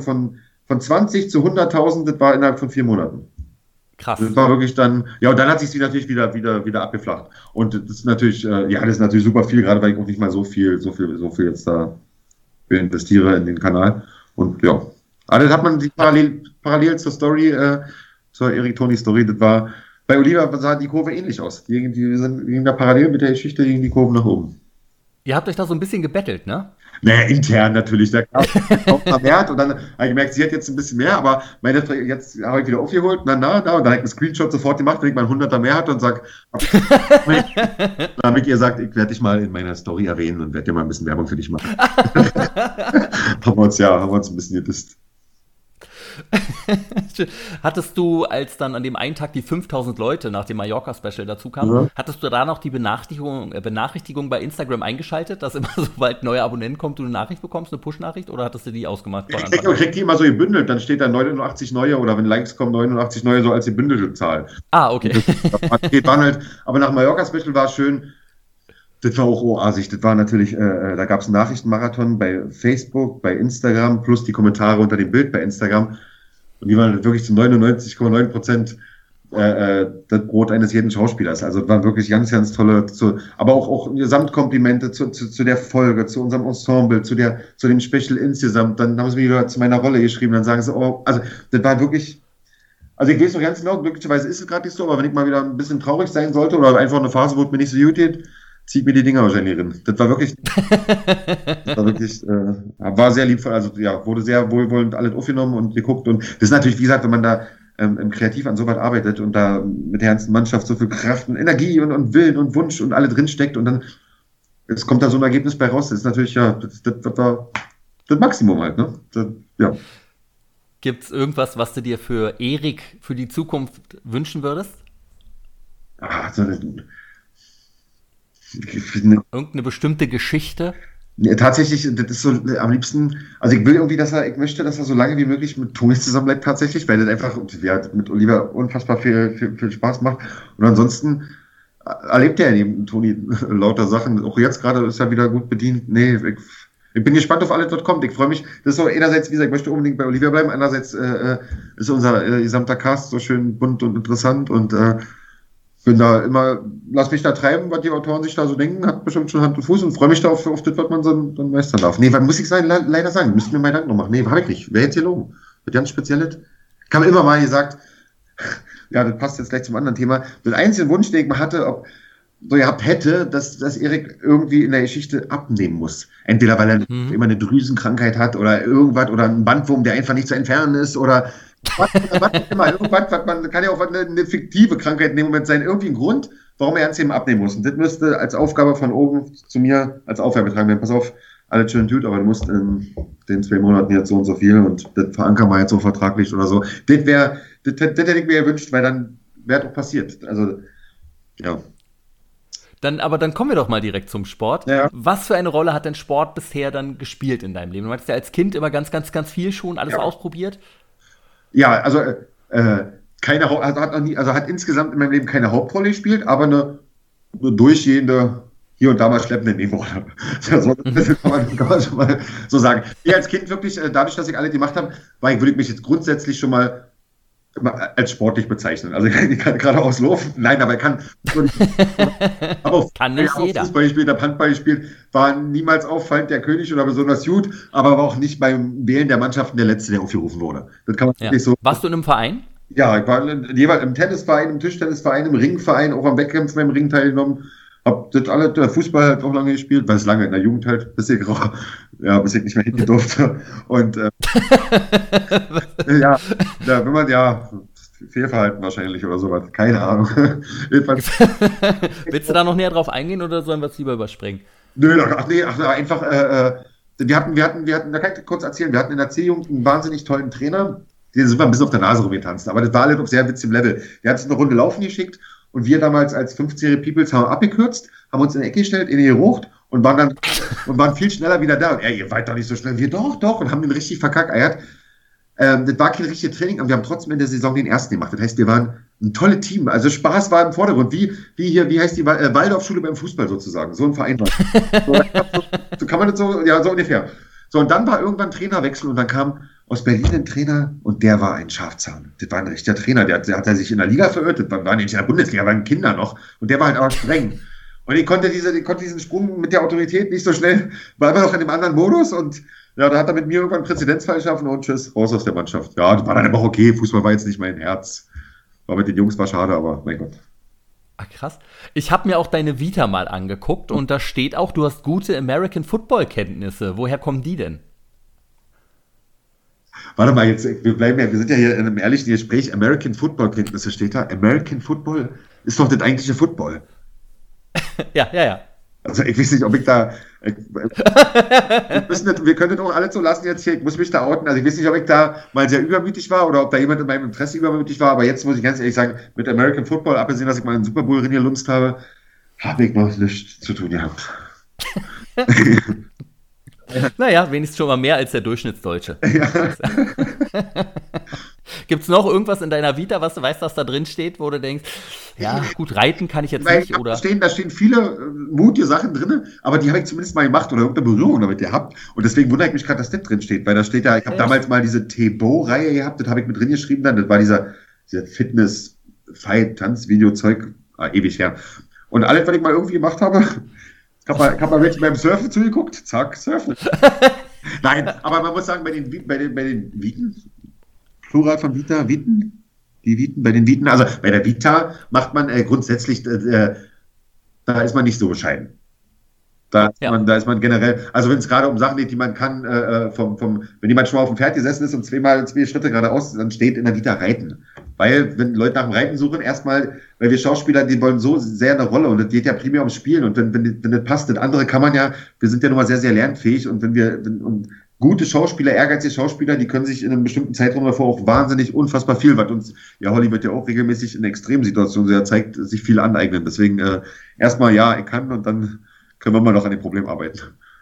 20 zu 100.000, das war innerhalb von 4 Monaten. Krass. Das war wirklich dann, ja, und dann hat sich sie natürlich wieder abgeflacht. Und das ist natürlich, das ist natürlich super viel, gerade weil ich auch nicht mal so viel jetzt da investiere in den Kanal. Und ja. Aber das hat man sich parallel zur Story, zur Erik-Toni-Story, das war, bei Oliver sah die Kurve ähnlich aus. Wir gingen da parallel mit der Geschichte gegen die Kurve nach oben. Ihr habt euch da so ein bisschen gebettelt, ne? Naja, intern natürlich. Da kam noch mehr und dann habe ich gemerkt, sie hat jetzt ein bisschen mehr, aber jetzt habe ich wieder aufgeholt, und dann habe ich einen Screenshot sofort gemacht, wenn ich mal 100er mehr hatte und sage, dann habe ich ihr gesagt, ich werde dich mal in meiner Story erwähnen und werde dir mal ein bisschen Werbung für dich machen. haben wir uns ein bisschen gedisst. Hattest du, als dann an dem einen Tag die 5.000 Leute nach dem Mallorca-Special dazu kamen, hattest du da noch die Benachrichtigung bei Instagram eingeschaltet, dass immer sobald neue Abonnenten kommt, du eine Nachricht bekommst, eine Push-Nachricht, oder hattest du die ausgemacht? Ich krieg die immer so gebündelt, dann steht da 89 neue oder wenn Likes kommen, 89 neue, so als gebündelte Zahl. Ah, okay. Aber nach Mallorca-Special war es schön. Das war auch oasig. Das war natürlich, da gab es einen Nachrichtenmarathon bei Facebook, bei Instagram, plus die Kommentare unter dem Bild bei Instagram. Und die waren wirklich zu 99,9% das Brot eines jeden Schauspielers. Also das waren wirklich ganz, ganz tolle, aber auch Gesamtkomplimente zu der Folge, zu unserem Ensemble, zu dem Special insgesamt. Dann haben sie mir wieder zu meiner Rolle geschrieben, dann sagen sie, also das war wirklich. Also ich weiß noch ganz genau, glücklicherweise ist es gerade nicht so, aber wenn ich mal wieder ein bisschen traurig sein sollte oder einfach eine Phase, wo es mir nicht so gut geht, zieht mir die Dinger wahrscheinlich rein. Das war wirklich, war sehr lieb, also ja, wurde sehr wohlwollend alles aufgenommen und geguckt und das ist natürlich, wie gesagt, wenn man da kreativ an sowas arbeitet und da mit der ganzen Mannschaft so viel Kraft und Energie und Willen und Wunsch und alle drin steckt und dann es kommt da so ein Ergebnis bei raus, das ist natürlich, ja, das war das Maximum halt, ne? Ja. Gibt's irgendwas, was du dir für Erik für die Zukunft wünschen würdest? Also, irgendeine bestimmte Geschichte? Nee, tatsächlich, das ist so am liebsten, also ich möchte, dass er so lange wie möglich mit Toni zusammen bleibt tatsächlich, weil das einfach mit Oliver unfassbar viel Spaß macht. Und ansonsten erlebt er neben Toni lauter Sachen. Auch jetzt gerade ist er wieder gut bedient. Nee, ich bin gespannt auf alles, was kommt. Ich freue mich. Das ist so einerseits, wie gesagt, ich möchte unbedingt bei Olivia bleiben. Andererseits ist unser gesamter Cast so schön bunt und interessant und bin da immer, lass mich da treiben, was die Autoren sich da so denken, hat bestimmt schon Hand und Fuß und freue mich da auf das, was man dann meistern darf. Nee, was muss ich leider sagen, müssten wir mal Gedanken noch machen. Nee, habe ich nicht. Wer jetzt hier loben? Was ganz Spezielles? Ich habe immer mal gesagt, ja, das passt jetzt gleich zum anderen Thema. Den einzigen Wunsch, den ich mal hatte, so gehabt hätte, dass Erik irgendwie in der Geschichte abnehmen muss. Entweder weil er immer eine Drüsenkrankheit hat oder irgendwas oder ein Bandwurm, der einfach nicht zu entfernen ist oder was immer, irgendwas, man kann ja auch eine fiktive Krankheit in dem Moment sein, irgendwie ein Grund, warum er ernst eben abnehmen muss. Und das müsste als Aufgabe von oben zu mir als Aufgabe betragen werden. Pass auf, alles schön tut, aber du musst in den 2 Monaten jetzt so und so viel und das verankern wir jetzt so vertraglich oder so. Das hätte ich mir gewünscht, weil dann wäre doch passiert. Also, ja. Aber dann kommen wir doch mal direkt zum Sport. Ja. Was für eine Rolle hat denn Sport bisher dann gespielt in deinem Leben? Du hattest ja als Kind immer ganz, ganz, ganz viel schon alles ausprobiert. Ja, also hat insgesamt in meinem Leben keine Hauptrolle gespielt, aber eine durchgehende, hier und da mal schleppende Nebenrolle. Also, das kann man schon mal so sagen. Ich als Kind wirklich, dadurch, dass ich alle die Macht habe, würde ich mich jetzt grundsätzlich schon mal als sportlich bezeichnen. Also ich kann gerade auslaufen, nein, aber ich kann aber kann nicht jeder. Fußball gespielt, habe Handball gespielt, war niemals auffallend der König oder besonders gut, aber war auch nicht beim Wählen der Mannschaften der Letzte, der aufgerufen wurde. Das kann man nicht so. Warst du in einem Verein? Ja, ich war jeweils im Tennisverein, im Tischtennisverein, im Ringverein, auch am Wettkämpfen beim Ring teilgenommen. Hab das alle, der Fußball halt auch lange gespielt, weil es lange in der Jugend halt, bis ich nicht mehr hingehen durfte. Und wenn man Fehlverhalten wahrscheinlich oder sowas, keine Ahnung. Willst du da noch näher drauf eingehen oder sollen wir es lieber überspringen? Nö, einfach, wir hatten, da kann ich kurz erzählen, wir hatten in der C-Jugend einen wahnsinnig tollen Trainer, den sind wir ein bisschen auf der Nase rumgetanzt, aber das war alles auf sehr witzigem Level. Der hat uns eine Runde laufen geschickt und wir damals als 15-jährige Peoples haben abgekürzt, haben uns in die Ecke gestellt, in die gerucht und waren viel schneller wieder da. Und ihr wart doch nicht so schnell. Wir doch, und haben den richtig verkackeiert. Das war kein richtiges Training, aber wir haben trotzdem in der Saison den ersten gemacht. Das heißt, wir waren ein tolles Team. Also Spaß war im Vordergrund. Wie heißt die Waldorfschule beim Fußball sozusagen. So ein Verein war. So kann man das so ungefähr. So, und dann war irgendwann Trainerwechsel und dann kam aus Berlin ein Trainer und der war ein Schafzahn. Das war ein richtiger Trainer. Der hat sich in der Liga verirrt. Das war nicht in der Bundesliga, waren Kinder noch. Und der war halt auch streng. Und ich konnte diesen Sprung mit der Autorität nicht so schnell, war immer noch in dem anderen Modus und ja, da hat er mit mir irgendwann Präzedenzfall geschaffen und tschüss, raus aus der Mannschaft. Ja, das war dann aber auch okay. Fußball war jetzt nicht mein Herz. War mit den Jungs, war schade, aber mein Gott. Ach, krass. Ich habe mir auch deine Vita mal angeguckt und da steht auch, du hast gute American Football Kenntnisse. Woher kommen die denn? Warte mal, wir sind ja hier in einem ehrlichen Gespräch. American Football Kenntnisse steht da. American Football ist doch das eigentliche Football. Ja. Also ich weiß nicht, ob ich da. Wir können das auch alles so lassen jetzt hier. Ich muss mich da outen. Also ich weiß nicht, ob ich da mal sehr übermütig war oder ob da jemand in meinem Interesse übermütig war. Aber jetzt muss ich ganz ehrlich sagen, mit American Football, abgesehen, dass ich mal einen Super Bowl reingelunzt habe, habe ich noch nichts zu tun gehabt. Naja, wenigstens schon mal mehr als der Durchschnittsdeutsche. Ja. Gibt es noch irgendwas in deiner Vita, was du weißt, was da drin steht, wo du denkst, ja, gut, reiten kann ich jetzt nicht? Oder? Da stehen viele mutige Sachen drin, aber die habe ich zumindest mal gemacht oder irgendeine Berührung damit gehabt. Und deswegen wundere ich mich gerade, dass das drin steht, weil da steht ja, ich habe damals mal diese Tebo-Reihe gehabt, das habe ich mit drin geschrieben dann, das war dieser Fitness-Fight-Tanz-Video-Zeug, ewig her. Und alles, was ich mal irgendwie gemacht habe, ich hab mal beim Surfen zugeguckt, zack, surfen. Nein, aber man muss sagen, bei den Viten, Plural von Vita, Viten? Die Viten, bei den Viten, also bei der Vita macht man grundsätzlich, da ist man nicht so bescheiden. Da ist man generell, also wenn es gerade um Sachen geht, die man kann, wenn jemand schon mal auf dem Pferd gesessen ist und 2 Schritte geradeaus, dann steht in der Vita Reiten. Weil, wenn Leute nach dem Reiten suchen, erstmal, weil wir Schauspieler, die wollen so sehr eine Rolle und es geht ja primär ums Spielen und wenn das passt, das andere kann man ja, wir sind ja nun mal sehr, sehr lernfähig und und gute Schauspieler, ehrgeizige Schauspieler, die können sich in einem bestimmten Zeitraum davor auch wahnsinnig unfassbar viel, was uns, ja, Hollywood ja auch regelmäßig in Extremsituationen sehr zeigt, sich viel aneignen. Deswegen erstmal ja, ich kann und dann können wir mal noch an dem Problem arbeiten.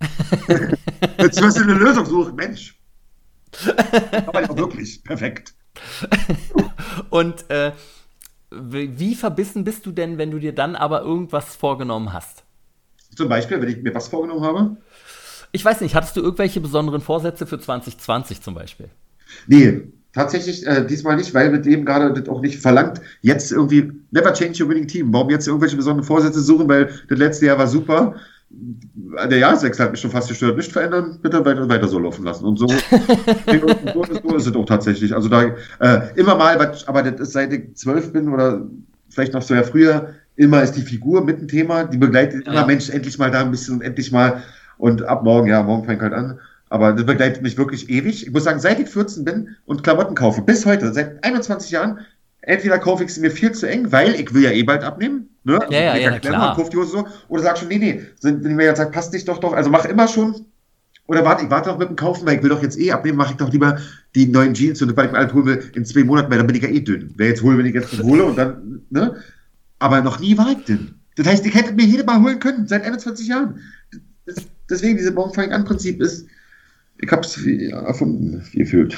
Jetzt wirst du eine Lösung suchen, Mensch. Aber ja, wirklich, perfekt. Und wie verbissen bist du denn, wenn du dir dann aber irgendwas vorgenommen hast? Zum Beispiel, wenn ich mir was vorgenommen habe? Ich weiß nicht, hattest du irgendwelche besonderen Vorsätze für 2020 zum Beispiel? Nee, tatsächlich diesmal nicht, weil mit dem gerade das auch nicht verlangt, jetzt irgendwie, never change your winning team. Warum jetzt irgendwelche besonderen Vorsätze suchen, weil das letzte Jahr war super. Der Jahreswechsel hat mich schon fast gestört. Nicht verändern, bitte weiter so laufen lassen. Und so, so ist es auch tatsächlich. Also da immer mal, aber das ist, seit ich 12 bin oder vielleicht noch so ja früher, immer ist die Figur mit dem Thema, die begleitet immer, Mensch, endlich mal da ein bisschen und endlich mal. Und ab morgen, ja, morgen fängt halt an. Aber das begleitet mich wirklich ewig. Ich muss sagen, seit ich 14 bin und Klamotten kaufe, bis heute, seit 21 Jahren, entweder kaufe ich sie mir viel zu eng, weil ich will ja eh bald abnehmen. Ne? Also Ja, klar. Kaufe die Hose so. Oder sag schon, nee, wenn ich mir jetzt sage, passt nicht doch. Also mach immer schon. Oder ich warte noch mit dem Kaufen, weil ich will doch jetzt eh abnehmen, mache ich doch lieber die neuen Jeans und weil ich mir alles holen will, in 2 Monaten, weil dann bin ich ja eh dünn. Wer jetzt hole, wenn ich jetzt nicht hole und dann, ne? Aber noch nie war ich dünn. Das heißt, ich hätte mir jedes Mal holen können, seit 21 Jahren. Deswegen, dieses Morgen-Fang-an-Prinzip ist, ich habe es erfunden, gefühlt.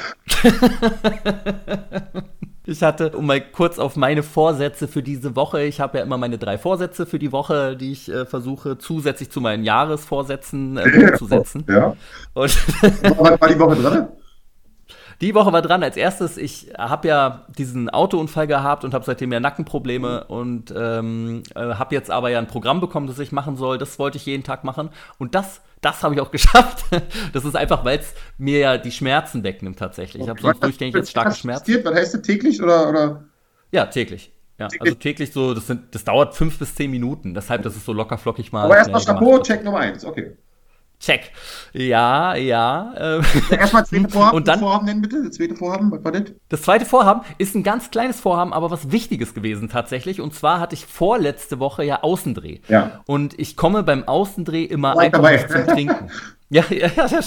Ich hatte, um mal kurz auf meine Vorsätze für diese Woche, ich habe ja immer meine 3 Vorsätze für die Woche, die ich versuche zusätzlich zu meinen Jahresvorsätzen umzusetzen. Ja. Und Was war die Woche dran? die Woche war dran. Als erstes, ich habe ja diesen Autounfall gehabt und habe seitdem ja Nackenprobleme und habe jetzt aber ja ein Programm bekommen, das ich machen soll. Das wollte ich jeden Tag machen und das habe ich auch geschafft. Das ist einfach, weil es mir ja die Schmerzen wegnimmt tatsächlich. Ich habe sonst durchgängig jetzt starke Schmerzen. Was heißt das, täglich oder? Ja, täglich. Ja, also täglich so, das dauert 5 bis 10 Minuten. Deshalb, das ist so locker flockig mal. Aber erstmal Chapeau, Check Nummer 1, okay. Check. Ja. Erstmal das zweite Vorhaben, und dann, Vorhaben nennen bitte. Das zweite Vorhaben, was war das? Das zweite Vorhaben ist ein ganz kleines Vorhaben, aber was Wichtiges gewesen tatsächlich. Und zwar hatte ich vorletzte Woche ja Außendreh. Ja. Und ich komme beim Außendreh immer einfach nicht zum Trinken. Ja, das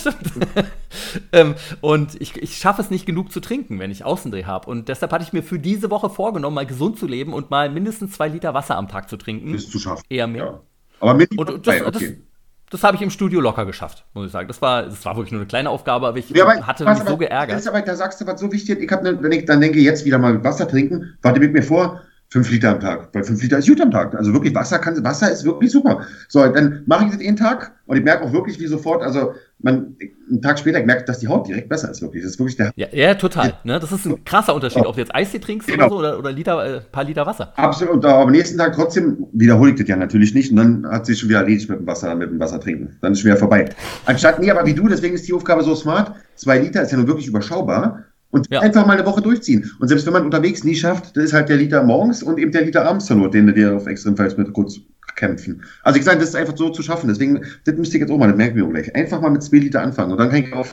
stimmt. Und ich schaffe es nicht genug zu trinken, wenn ich Außendreh habe. Und deshalb hatte ich mir für diese Woche vorgenommen, mal gesund zu leben und mal mindestens 2 Liter Wasser am Tag zu trinken. Bist du schaffen. Eher mehr. Ja. Aber mit okay. Das habe ich im Studio locker geschafft, muss ich sagen. Das war wirklich nur eine kleine Aufgabe, aber ich hatte mich so geärgert. Da sagst du, was so wichtig ist. Wenn ich dann denke, jetzt wieder mal Wasser trinken, warte mit mir vor, 5 Liter am Tag. Weil 5 Liter ist gut am Tag. Also wirklich, Wasser ist wirklich super. So, dann mache ich das jeden Tag und ich merke auch wirklich, wie sofort, also einen Tag später, ich merke, dass die Haut direkt besser ist, wirklich. Das ist wirklich der. Ja, total. Ne? Das ist ein krasser Unterschied, ob du jetzt Eistee trinkst oder so oder paar Liter Wasser. Absolut. Und am nächsten Tag trotzdem wiederhole ich das ja natürlich nicht und dann hat sich schon wieder erledigt mit dem Wasser trinken. Dann ist schon wieder vorbei. Aber wie du, deswegen ist die Aufgabe so smart. 2 Liter ist ja nur wirklich überschaubar. Und einfach mal eine Woche durchziehen. Und selbst wenn man unterwegs nie schafft, das ist halt der Liter morgens und eben der Liter abends zur Not, den du dir auf Extremfalls mit kurz kämpfen. Also ich sage, das ist einfach so zu schaffen. Deswegen, das müsste ich jetzt auch mal, das merken wir auch gleich. Einfach mal mit 2 Liter anfangen und dann kann ich auf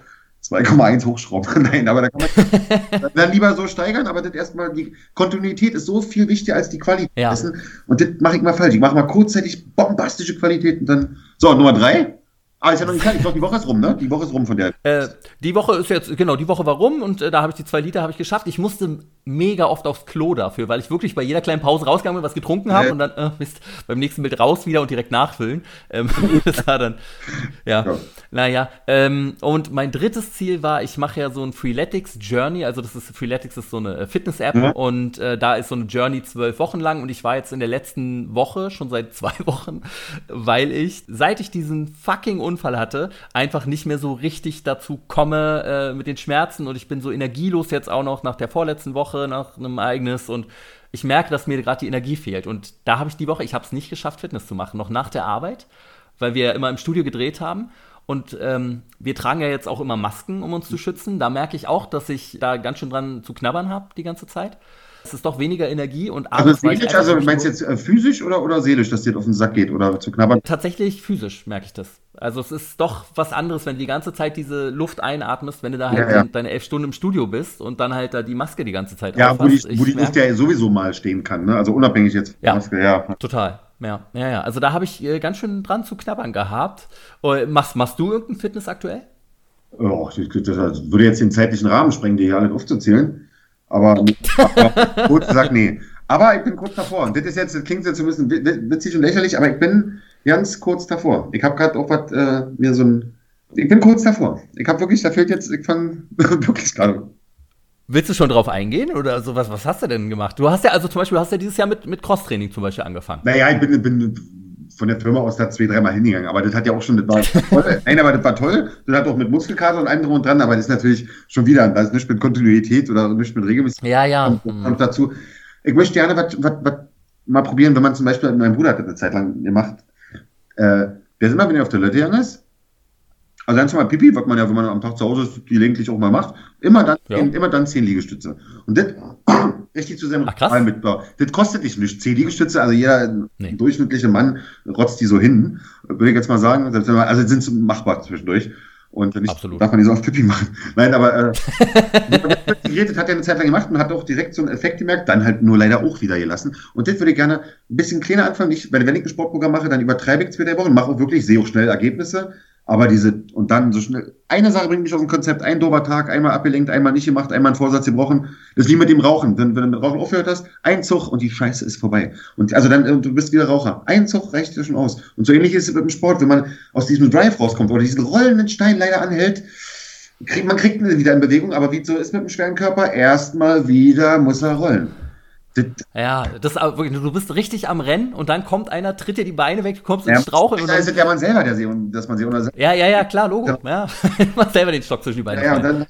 2,1 hochschrauben. Nein, aber da kann man dann lieber so steigern, aber das erstmal, die Kontinuität ist so viel wichtiger als die Qualität. Ja. Und das mache ich mal falsch. Ich mache mal kurzzeitig bombastische Qualität und dann, so, Nummer 3. Ist ja noch nicht fertig. Ich glaube, die Woche ist rum, ne? Die Woche ist rum von der. Die Woche war rum und da habe ich die 2 Liter geschafft. Ich musste mega oft aufs Klo dafür, weil ich wirklich bei jeder kleinen Pause rausgegangen bin, was getrunken habe und dann, Mist, beim nächsten Bild raus wieder und direkt nachfüllen. Das war dann, naja. Und mein drittes Ziel war, ich mache ja so ein Freeletics Journey, also Freeletics ist so eine Fitness-App und da ist so eine Journey 12 Wochen lang und ich war jetzt in der letzten Woche, schon seit 2 Wochen, weil seit ich diesen fucking Unfall hatte, einfach nicht mehr so richtig dazu komme mit den Schmerzen und ich bin so energielos jetzt auch noch nach der vorletzten Woche, nach einem Ereignis und ich merke, dass mir gerade die Energie fehlt und da habe ich die Woche, ich habe es nicht geschafft, Fitness zu machen, noch nach der Arbeit, weil wir ja immer im Studio gedreht haben und wir tragen ja jetzt auch immer Masken, um uns zu schützen, da merke ich auch, dass ich da ganz schön dran zu knabbern habe die ganze Zeit. Es ist doch weniger Energie und abends. Also meinst du jetzt physisch oder seelisch, dass dir auf den Sack geht oder zu knabbern? Tatsächlich physisch merke ich das. Also es ist doch was anderes, wenn du die ganze Zeit diese Luft einatmest, wenn du da halt deine 11 Stunden im Studio bist und dann halt da die Maske die ganze Zeit aufhast. Wo die Luft ja sowieso mal stehen kann, ne? Also unabhängig jetzt von der Maske, total. Ja. Also da habe ich ganz schön dran zu knabbern gehabt. Machst du irgendein Fitness aktuell? Oh, das würde jetzt den zeitlichen Rahmen sprengen, die hier alle aufzuzählen. Aber kurz gesagt, nee. Aber ich bin kurz davor. Und das klingt jetzt so ein bisschen witzig und lächerlich, aber ich bin ganz kurz davor. Ich habe gerade auch was, mir so ein, ich bin kurz davor. Ich habe wirklich, da fehlt jetzt, ich fange wirklich gerade. Willst du schon drauf eingehen oder sowas? Was hast du denn gemacht? Du hast ja also zum Beispiel, du hast ja dieses Jahr mit Crosstraining zum Beispiel angefangen. Naja, ich bin von der Firma aus da 2-3 Mal hingegangen, aber das hat ja auch schon, das war toll. Nein, aber das war toll. Das hat auch mit Muskelkater und allem drum und dran, aber das ist natürlich schon wieder, das ist nicht mit Kontinuität oder nicht mit Regelmäßigkeit. Ja. Und dazu, ich möchte gerne was mal probieren, wenn man zum Beispiel, mein Bruder hat das eine Zeit lang gemacht, der ist immer, wenn er auf der Toilette gegangen ist, also ganz normal Pipi, was man ja, wenn man am Tag zu Hause ist, gelegentlich auch mal macht, immer dann 10 Liegestütze. Und das richtig zu seinem krass. mitbauen. Das kostet nicht 10 Liegestütze, also jeder durchschnittliche Mann rotzt die so hin, würde ich jetzt mal sagen. Also sind sie machbar zwischendurch. Und nicht, darf man die so auf Pipi machen. Nein, aber das hat er eine Zeit lang gemacht und hat auch direkt so einen Effekt gemerkt, dann halt nur leider auch wieder gelassen. Und das würde ich gerne ein bisschen kleiner anfangen. Wenn ich ein Sportprogramm mache, dann übertreibe ich 2 Wochen, mache auch wirklich, sehe auch schnell Ergebnisse. Aber und dann so schnell, eine Sache bringt mich aus dem Konzept, ein doofer Tag, einmal abgelenkt, einmal nicht gemacht, einmal einen Vorsatz gebrochen. Das ist wie mit dem Rauchen. Wenn du mit Rauchen aufgehört hast, ein Zug und die Scheiße ist vorbei. Und also dann, du bist wieder Raucher. Ein Zug reicht dir schon aus. Und so ähnlich ist es mit dem Sport, wenn man aus diesem Drive rauskommt oder diesen rollenden Stein leider anhält, man kriegt ihn wieder in Bewegung, aber wie es so ist mit dem schweren Körper, erstmal wieder muss er rollen. Ja, du bist richtig am Rennen und dann kommt einer, tritt dir die Beine weg, du kommst ins Straucheln. Und dann ist es ja man selber, dass man sich unter. Ja, klar, Logo. Ja. Man selber den Stock zwischen die Beine. Ja, und dann,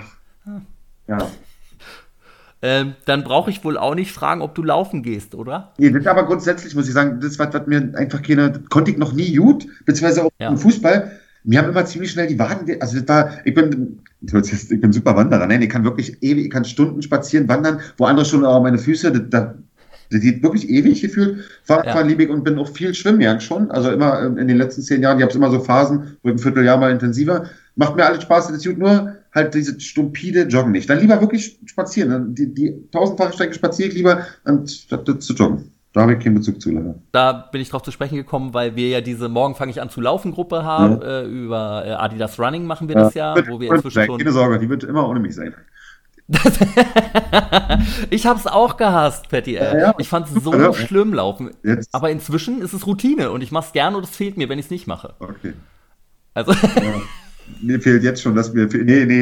dann brauche ich wohl auch nicht fragen, ob du laufen gehst, oder? Nee, das aber grundsätzlich muss ich sagen, das was mir einfach konnte ich noch nie gut, beziehungsweise auch im Fußball. Mir haben immer ziemlich schnell die Waden, also ich bin super Wanderer, nein, ich kann wirklich ewig, ich kann Stunden spazieren, wandern, wo andere schon, meine Füße, das geht wirklich ewig gefühlt, fahren liebig und bin auch viel schwimmen ja schon, also immer in den letzten 10 Jahren, ich habe es immer so Phasen, wo ich ein Vierteljahr mal intensiver, macht mir alles Spaß, das tut nur halt diese stupide Joggen nicht, dann lieber wirklich spazieren, die 1000-fache Strecke spaziere ich lieber, anstatt zu joggen. Da habe ich keinen Bezug zu, leider. Da bin ich drauf zu sprechen gekommen, weil wir ja diese Morgen fange ich an zu laufen Gruppe haben. Über Adidas Running machen wir das ja. Wo wir inzwischen schon. Keine Sorge, die wird immer ohne mich sein. Ich hab's auch gehasst, Patty. Ich fand's so schlimm laufen. Jetzt. Aber inzwischen ist es Routine und ich mach's gerne und es fehlt mir, wenn ich es nicht mache. Okay. Also. Mir fehlt jetzt schon, dass mir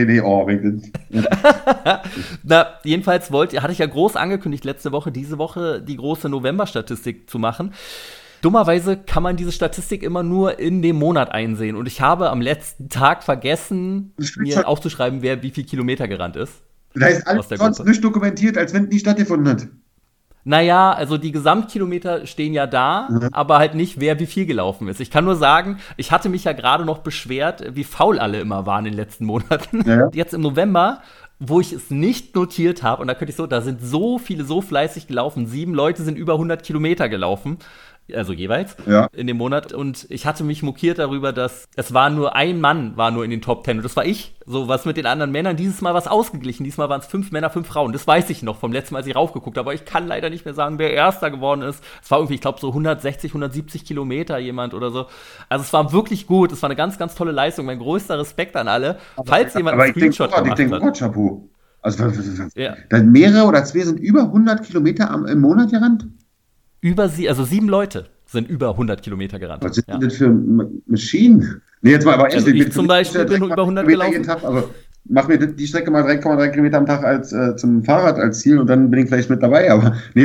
Na, jedenfalls hatte ich ja groß angekündigt, letzte Woche, diese Woche die große November-Statistik zu machen. Dummerweise kann man diese Statistik immer nur in dem Monat einsehen. Und ich habe am letzten Tag vergessen, mir aufzuschreiben, wer wie viel Kilometer gerannt ist. Das heißt, alles sonst nicht dokumentiert, als wenn es nie stattgefunden hat. Naja, also die Gesamtkilometer stehen ja da, aber halt nicht, wer wie viel gelaufen ist. Ich kann nur sagen, ich hatte mich ja gerade noch beschwert, wie faul alle immer waren in den letzten Monaten. Ja. Jetzt im November, wo ich es nicht notiert habe, und da könnte ich da sind so viele so fleißig gelaufen. 7 Leute sind über 100 Kilometer gelaufen. Also jeweils in dem Monat. Und ich hatte mich mokiert darüber, dass es war nur ein Mann, war nur in den Top 10. Und das war ich. So was mit den anderen Männern. Dieses Mal war es ausgeglichen. Diesmal waren es 5 Männer, 5 Frauen. Das weiß ich noch vom letzten Mal, als ich raufgeguckt habe. Aber ich kann leider nicht mehr sagen, wer Erster geworden ist. Es war irgendwie, ich glaube, so 160, 170 Kilometer jemand oder so. Also es war wirklich gut. Es war eine ganz, ganz tolle Leistung. Mein größter Respekt an alle. Falls jemand einen Screenshot gemacht hat. Chapeau. Also mehrere oder 2 sind über 100 Kilometer im Monat gerannt? 7 Leute sind über 100 Kilometer gerannt. Was sind denn das für Maschinen? Nee, jetzt mal aber echt. Also ich zum Beispiel bin über 100 gelaufen. Also mach mir die Strecke mal 3,3 Kilometer am Tag als zum Fahrrad als Ziel und dann bin ich vielleicht mit dabei, aber nee.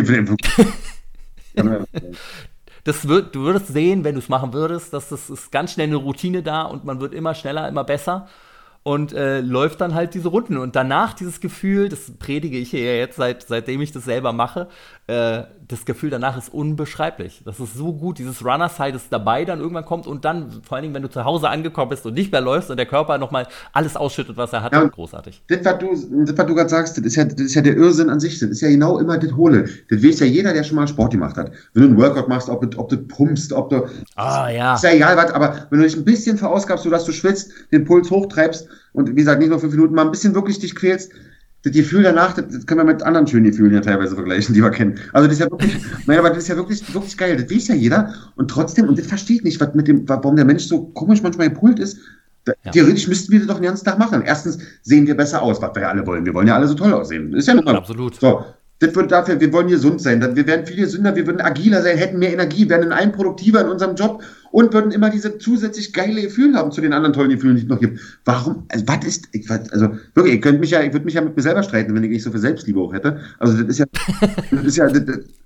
Du würdest sehen, wenn du es machen würdest, dass das ist ganz schnell eine Routine da und man wird immer schneller, immer besser. Und läuft dann halt diese Runden. Und danach dieses Gefühl, das predige ich hier jetzt, seitdem ich das selber mache, das Gefühl danach ist unbeschreiblich. Das ist so gut, dieses Runner-Side, das dabei dann irgendwann kommt und dann, vor allen Dingen, wenn du zu Hause angekommen bist und nicht mehr läufst und der Körper nochmal alles ausschüttet, was er hat, großartig. Das, was du gerade sagst, das ist ja der Irrsinn an sich. Das ist ja genau immer das Hohle. Das weiß ja jeder, der schon mal Sport gemacht hat. Wenn du einen Workout machst, ob du pumpst, ob du... ist ja egal was, aber wenn du dich ein bisschen verausgabst, sodass du schwitzt, den Puls hochtreibst und wie gesagt, nicht nur 5 Minuten, mal ein bisschen wirklich dich quälst, das Gefühl danach, das können wir mit anderen schönen Gefühlen ja teilweise vergleichen, die wir kennen. Also das ist ja wirklich, aber das ist ja wirklich, wirklich geil. Das weiß ja jeder. Und trotzdem, und das versteht nicht, warum der Mensch so komisch manchmal gepolt ist. Theoretisch müssten wir das doch den ganzen Tag machen. Erstens sehen wir besser aus, was wir ja alle wollen. Wir wollen ja alle so toll aussehen. Das ist ja normal. Absolut. So. Das wird dafür, wir wollen gesund sein, wir werden viel gesünder, wir würden agiler sein, hätten mehr Energie, wären in allem produktiver in unserem Job und würden immer diese zusätzlich geile Gefühle haben zu den anderen tollen Gefühlen, die es noch gibt. Warum? Also, was ist, also wirklich, ich würde mich ja mit mir selber streiten, wenn ich nicht so viel Selbstliebe auch hätte. Also das ist ja,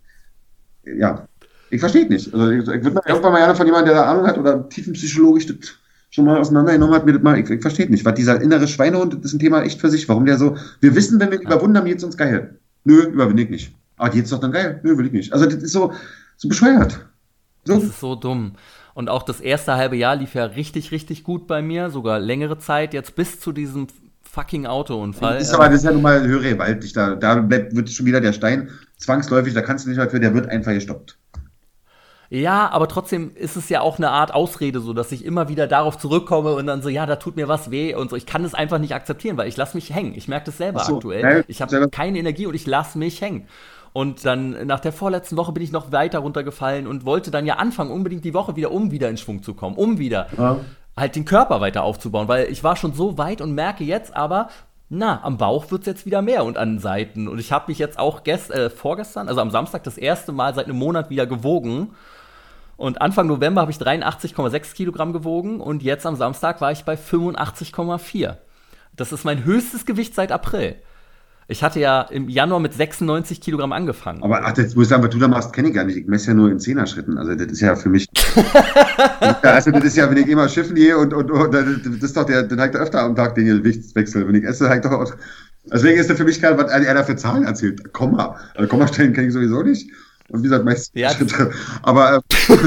ja, ich verstehe es nicht. Also ich würde mir irgendwann mal gerne von jemandem, der da Ahnung hat oder tiefenpsychologisch das schon mal auseinandergenommen hat, mir das mal, ich verstehe es nicht. Was dieser innere Schweinehund, das ist ein Thema echt für sich. Warum der so, wir wissen, wenn wir ihn überwunden haben, geht's uns geil. Nö, überwinde ich nicht. Aber geht's doch dann geil? Nö, will ich nicht. Also das ist so bescheuert. So. Das ist so dumm. Und auch das erste halbe Jahr lief ja richtig, richtig gut bei mir, sogar längere Zeit, jetzt bis zu diesem fucking Autounfall. Das ist ja nun mal höhere Gewalt. Da wird schon wieder der Stein zwangsläufig, da kannst du nicht mehr für, der wird einfach gestoppt. Ja, aber trotzdem ist es ja auch eine Art Ausrede, so dass ich immer wieder darauf zurückkomme und dann so, ja, da tut mir was weh und so. Ich kann es einfach nicht akzeptieren, weil ich lasse mich hängen. Ich merke das selber aktuell. Ja, ich habe keine Energie und ich lasse mich hängen. Und dann nach der vorletzten Woche bin ich noch weiter runtergefallen und wollte dann ja anfangen, unbedingt die Woche wieder, um wieder in Schwung zu kommen, um wieder halt den Körper weiter aufzubauen, weil ich war schon so weit und merke jetzt aber, am Bauch wird es jetzt wieder mehr und an Seiten. Und ich habe mich jetzt auch vorgestern, also am Samstag, das erste Mal seit einem Monat wieder gewogen. Und Anfang November habe ich 83,6 Kilogramm gewogen und jetzt am Samstag war ich bei 85,4. Das ist mein höchstes Gewicht seit April. Ich hatte ja im Januar mit 96 Kilogramm angefangen. Aber jetzt muss ich sagen, was du da machst, kenne ich gar nicht. Ich messe ja nur in 10er-Schritten. Also das ist ja für mich... also das ist ja, wenn ich immer schiffen gehe und das ist doch dann habe ich da öfter am Tag den Gewichtswechsel. Wenn ich esse, habe ich doch auch... Deswegen ist das für mich gerade, was er da für Zahlen erzählt. Komma. Also Kommastellen kenne ich sowieso nicht. Und wie gesagt, meistens Schritte. Aber...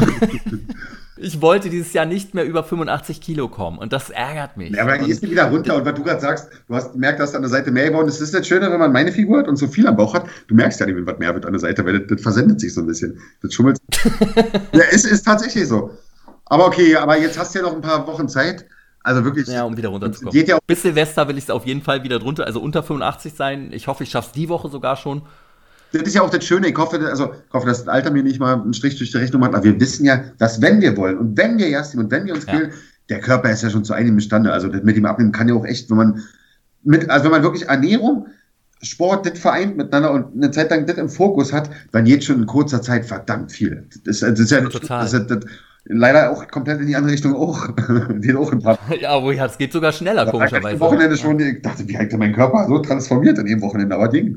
Ich wollte dieses Jahr nicht mehr über 85 Kilo kommen und das ärgert mich. Ja, aber dann gehst du wieder runter und was du gerade sagst, du hast gemerkt, dass an der Seite mehr geworden ist. Das ist das Schöne, wenn man meine Figur hat und so viel am Bauch hat. Du merkst ja nicht, wenn was mehr wird an der Seite, weil das versendet sich so ein bisschen. Das schummelt. Ja, ist tatsächlich so. Aber okay, aber jetzt hast du ja noch ein paar Wochen Zeit. Also wirklich. Ja, um wieder runterzukommen. Geht ja auch. Bis Silvester will ich es auf jeden Fall wieder drunter, also unter 85 sein. Ich hoffe, ich schaffe es die Woche sogar schon. Das ist ja auch das Schöne, ich hoffe, dass das Alter mir nicht mal einen Strich durch die Rechnung macht, aber wir wissen ja, dass wenn wir wollen und wenn wir Jasmin und wenn wir uns quälen, der Körper ist ja schon zu einem imstande, also das mit dem Abnehmen kann ja auch echt, wenn man wirklich Ernährung, Sport, das vereint miteinander und eine Zeit lang das im Fokus hat, dann geht schon in kurzer Zeit verdammt viel. Das ist ja total. Das leider auch komplett in die andere Richtung auch. Den auch ein paar. Ja, es geht sogar schneller, komischerweise. Wochenende schon, ich dachte, wie hat mein Körper so transformiert in dem Wochenende, aber Ding.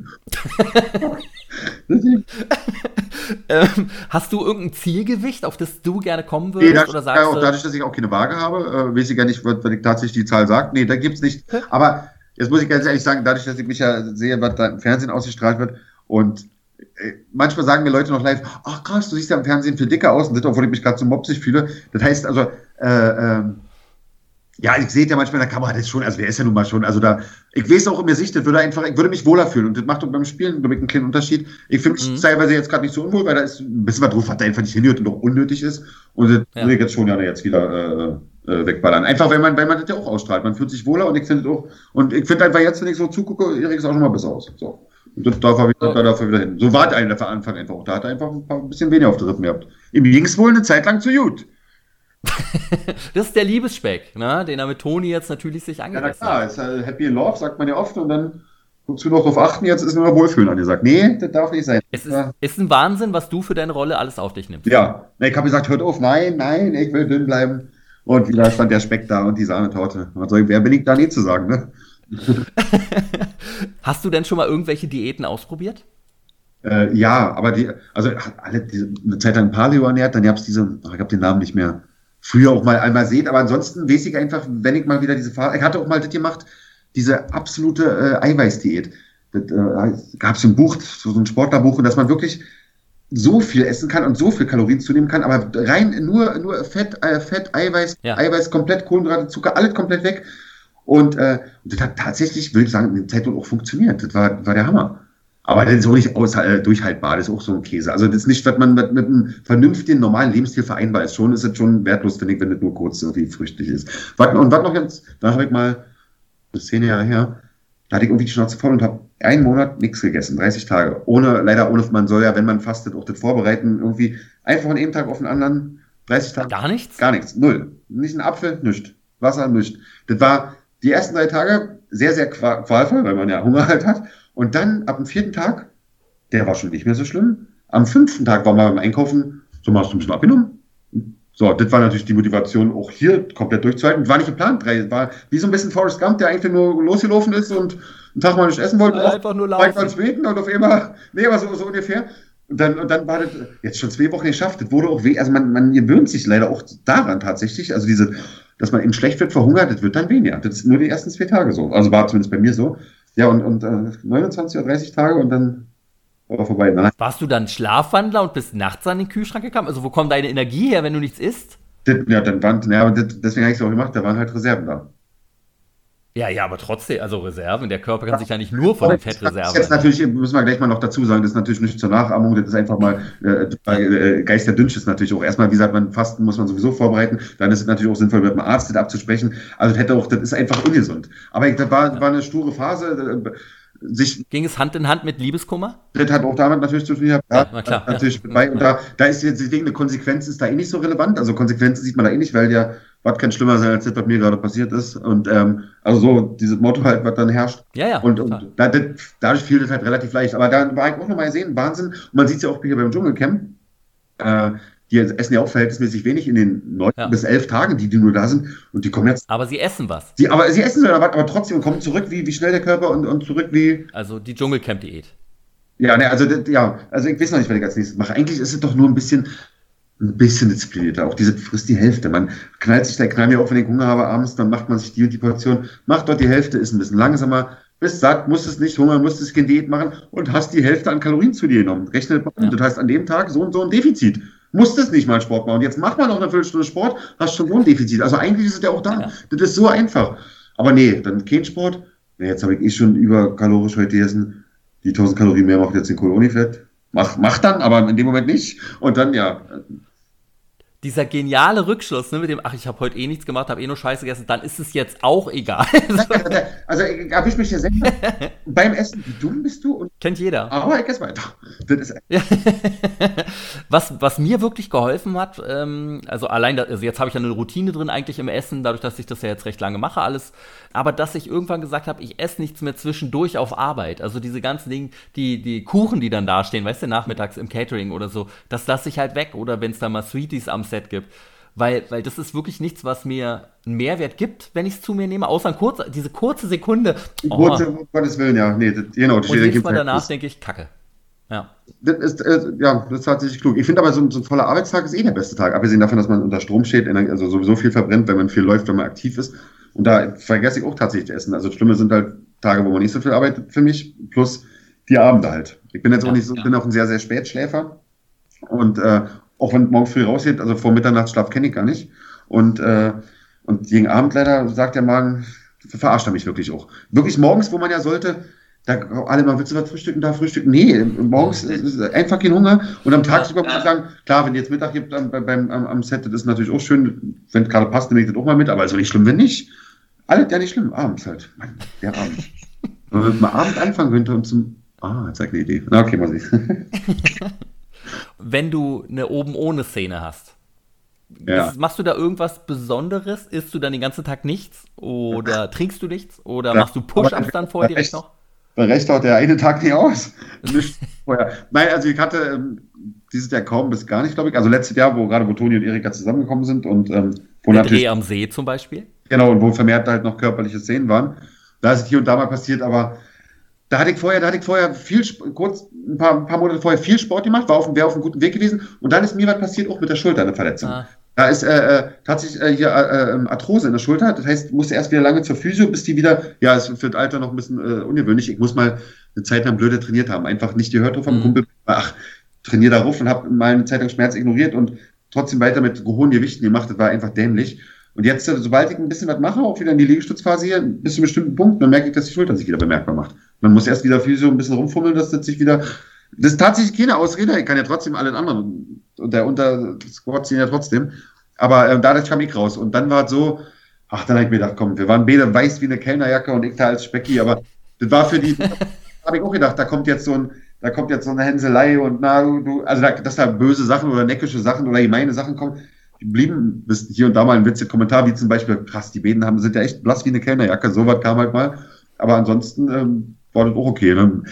Hast du irgendein Zielgewicht, auf das du gerne kommen würdest? Oder sagst du, dadurch, dass ich auch keine Waage habe, weiß ich gar nicht, was ich tatsächlich die Zahl sagt. Nee, da gibt's nicht. Aber jetzt muss ich ganz ehrlich sagen, dadurch, dass ich mich ja sehe, was da im Fernsehen ausgestrahlt wird und manchmal sagen mir Leute noch live, ach krass, du siehst ja im Fernsehen viel dicker aus, und das, obwohl ich mich gerade so mopsig fühle. Das heißt also, ja, ich sehe ja manchmal in der Kamera, das schon, also der ist ja nun mal schon, also da, ich weiß auch in mir Sicht, ich würde mich wohler fühlen und das macht auch beim Spielen einen kleinen Unterschied. Ich fühle mich teilweise jetzt gerade nicht so unwohl, weil da ist ein bisschen was drauf, was da einfach nicht hinhört und auch unnötig ist und das würde ich jetzt schon jetzt wieder wegballern. Einfach, weil man das ja auch ausstrahlt, man fühlt sich wohler und ich finde auch, und ich finde einfach jetzt, wenn ich so zugucke, Erik ist auch schon mal besser aus, so. Und das darf er wieder hin. So war der Anfang einfach auch, da hat er einfach ein bisschen weniger auf der Rippen gehabt. Ihm ging es wohl eine Zeit lang zu gut. Das ist der Liebesspeck, ne? Den er mit Toni jetzt natürlich sich angemessen hat. Ja, ist halt Happy in Love, sagt man ja oft, und dann musst du noch darauf achten, jetzt ist nur noch Wohlfühlen angesagt. Nee, das darf nicht sein. Es ist ein Wahnsinn, was du für deine Rolle alles auf dich nimmst. Ja, ich habe gesagt, hört auf, nein, ich will dünn bleiben. Und wieder stand der Speck da und die Sahnetorte. Wer bin ich da nicht zu sagen, ne? Hast du denn schon mal irgendwelche Diäten ausprobiert? Ja, aber eine Zeit lang Paleo ernährt, dann gab es ich habe den Namen nicht mehr. Früher auch mal einmal sehen, aber ansonsten weiß ich einfach, wenn ich mal wieder ich hatte auch mal das gemacht, diese absolute Eiweißdiät. Das gab es ein Buch, so ein Sportlerbuch, und dass man wirklich so viel essen kann und so viel Kalorien zunehmen kann, aber rein nur Fett, Eiweiß, komplett Kohlenhydrate, Zucker, alles komplett weg. Und das hat tatsächlich, würde ich sagen, in der Zeit auch funktioniert. Das war der Hammer. Aber das ist auch nicht durchhaltbar, das ist auch so ein Käse. Also das ist nicht, was man mit einem vernünftigen, normalen Lebensstil vereinbar ist. Ist es schon wertlos, finde ich, wenn das nur kurz irgendwie früchtig ist. Und was noch jetzt, da habe ich mal, das ist 10 Jahre her, da hatte ich irgendwie die Schnauze voll und habe einen Monat nichts gegessen, 30 Tage. Leider ohne, man soll ja, wenn man fastet, auch das vorbereiten, irgendwie einfach von einem Tag auf den anderen, 30 Tage. Gar nichts? Gar nichts, null. Nicht ein Apfel, nichts. Wasser, nichts. Das war die ersten 3 Tage sehr, sehr qualvoll, weil man ja Hunger halt hat. Und dann ab dem 4. Tag der war schon nicht mehr so schlimm. Am 5. Tag waren wir beim Einkaufen, so mal hast du ein bisschen abgenommen. So, das war natürlich die Motivation, auch hier komplett durchzuhalten. War nicht geplant, war wie so ein bisschen Forrest Gump, der eigentlich nur losgelaufen ist und einen Tag mal nicht essen wollte. Einfach nur laufen. Und auf einmal, aber so ungefähr. Und dann war das jetzt schon 2 Wochen geschafft. Das wurde auch also man gewöhnt sich leider auch daran tatsächlich. Also dass man eben schlecht wird, verhungert, das wird dann weniger. Das ist nur die ersten 2 Tage so. Also war zumindest bei mir so. Ja, und 29 oder 30 Tage und dann war vorbei. Nein. Warst du dann Schlafwandler und bist nachts an den Kühlschrank gekommen? Also wo kommt deine Energie her, wenn du nichts isst? Deswegen habe ich es auch gemacht, da waren halt Reserven da. Ja, aber trotzdem, also Reserven, der Körper kann sich ja nicht nur von den Fettreserven. Jetzt natürlich, müssen wir gleich mal noch dazu sagen, das ist natürlich nicht zur Nachahmung, das ist einfach mal Geist der Dünnschiss natürlich auch. Erstmal, wie gesagt, Fasten muss man sowieso vorbereiten, dann ist es natürlich auch sinnvoll, mit dem Arzt das abzusprechen. Also das ist einfach ungesund. Aber das war eine sture Phase, ging es Hand in Hand mit Liebeskummer? Das hat auch damit natürlich zu tun, ja, na klar. Natürlich ja. Bei. Und da ist jetzt die Dinge, eine Konsequenz ist da eh nicht so relevant. Also Konsequenzen sieht man da eh nicht, weil ja, was kann schlimmer sein, als das, was mir gerade passiert ist. Und also so, dieses Motto halt, was dann herrscht. Ja. Und dadurch fiel das halt relativ leicht. Aber da war ich auch nochmal sehen, Wahnsinn. Und man sieht es ja auch hier beim Dschungelcamp. Die essen ja auch verhältnismäßig wenig in den 9 bis 11 Tagen, die nur da sind. Und die kommen jetzt. Aber sie essen was. Sie essen so, aber trotzdem kommen zurück, wie schnell der Körper und zurück wie. Also die Dschungelcamp-Diät. Ja, also ich weiß noch nicht, was ich als nächstes mache. Eigentlich ist es doch nur ein bisschen disziplinierter. Auch diese frisst die Hälfte. Man knallt mir auf, wenn ich Hunger habe abends, dann macht man sich die und die Portion, macht dort die Hälfte, ist ein bisschen langsamer, bist satt, musst es nicht hungern, musst es kein Diät machen und hast die Hälfte an Kalorien zu dir genommen. Rechnet man. Das heißt, an dem Tag so und so ein Defizit. Musst es nicht mal Sport machen. Und jetzt mach mal noch eine Viertelstunde Sport, hast schon so ein Defizit. Also eigentlich ist es ja auch da. Ja. Das ist so einfach. Aber nee, dann kein Sport. Nee, jetzt habe ich schon überkalorisch heute gegessen. Die 1000 Kalorien mehr macht jetzt den Kohlonifett. Mach dann, aber in dem Moment nicht. Und dann, ja. Dieser geniale Rückschluss, ne, mit dem, ich habe heute eh nichts gemacht, habe eh nur Scheiße gegessen, dann ist es jetzt auch egal. Also habe ich mich ja selber beim Essen, wie dumm bist du? Und kennt jeder. Aber ich esse weiter. Das ist was mir wirklich geholfen hat, also allein, also jetzt habe ich ja eine Routine drin eigentlich im Essen, dadurch, dass ich das ja jetzt recht lange mache alles, aber dass ich irgendwann gesagt habe, ich esse nichts mehr zwischendurch auf Arbeit. Also diese ganzen Dinge, die Kuchen, die dann da stehen, weißt du, nachmittags im Catering oder so, das lasse ich halt weg. Oder wenn es da mal Sweeties am Set gibt. Weil das ist wirklich nichts, was mir einen Mehrwert gibt, wenn ich es zu mir nehme, außer diese kurze Sekunde. Um Gottes Willen, ja. Nee, genau. Und jedes Mal danach denke ich, Kacke. Ja. Das ist tatsächlich klug. Ich finde aber, so ein voller Arbeitstag ist eh der beste Tag. Abgesehen davon, dass man unter Strom steht, also sowieso viel verbrennt, wenn man viel läuft, wenn man aktiv ist. Und da vergesse ich auch tatsächlich Essen. Also Schlimme sind halt Tage, wo man nicht so viel arbeitet für mich, plus die Abende halt. Ich bin jetzt auch nicht so, bin auch ein sehr, sehr Spätschläfer. Und auch wenn morgen früh rausgeht, also vor Mitternachtsschlaf kenne ich gar nicht. Und gegen Abend leider sagt der Magen, verarscht er mich wirklich auch. Wirklich morgens, wo man ja sollte, da alle mal, willst du was frühstücken, da frühstücken? Nee, morgens ist einfach kein Hunger. Und am Tag sogar muss ich sagen, klar, wenn jetzt Mittag gibt am Set, das ist natürlich auch schön, wenn es gerade passt, nehme ich das auch mal mit, aber ist auch nicht schlimm, wenn nicht. Alles ja nicht schlimm, abends halt. Mann, der Abend. Wenn man mal Abend anfangen könnte und jetzt habe ich eine Idee. Na, okay, mal sehen. Wenn du eine oben-ohne-Szene hast, machst du da irgendwas Besonderes? Isst du dann den ganzen Tag nichts? Oder trinkst du nichts? Oder machst du Push-Ups dann vorher direkt noch? Da reicht auch der eine Tag nicht aus. Nicht vorher. Nein, also ich hatte dieses Jahr kaum bis gar nicht, glaube ich. Also letztes Jahr, wo Toni und Erika zusammengekommen sind und wo der Dreh am See zum Beispiel. Genau, und wo vermehrt halt noch körperliche Szenen waren. Da ist es hier und da mal passiert, aber da hatte ich vorher ein paar Monate vorher viel Sport gemacht, wäre auf einem guten Weg gewesen. Und dann ist mir was passiert, auch mit der Schulter, eine Verletzung. Da ist tatsächlich hier Arthrose in der Schulter. Das heißt, musste erst wieder lange zur Physio, bis die wieder, ist für das Alter noch ein bisschen ungewöhnlich. Ich muss mal eine Zeit lang blöde trainiert haben. Einfach nicht gehört drauf vom Kumpel. Trainier darauf und habe mal eine Zeit lang Schmerz ignoriert und trotzdem weiter mit hohen Gewichten gemacht. Das war einfach dämlich. Und jetzt, sobald ich ein bisschen was mache, auch wieder in die Liegestützphase hier, bis zu einem bestimmten Punkt, dann merke ich, dass die Schulter sich wieder bemerkbar macht. Man muss erst wieder Physio ein bisschen rumfummeln, dass das sich wieder. Das ist tatsächlich keine Ausrede, ich kann ja trotzdem alle anderen. Und der Unter-Squat ziehen ja trotzdem. Aber dadurch kam ich raus. Und dann war es so, dann habe ich mir gedacht, komm, wir waren beide weiß wie eine Kellnerjacke und ich da als Specki, aber das war für die, habe ich auch gedacht, da kommt jetzt so eine Hänselei und dass da böse Sachen oder neckische Sachen oder gemeine Sachen kommen. Die blieben bis hier und da mal ein witziger Kommentar, wie zum Beispiel, krass, die Bäden sind ja echt blass wie eine Kellnerjacke, sowas kam halt mal. Aber ansonsten war das auch okay. Ne?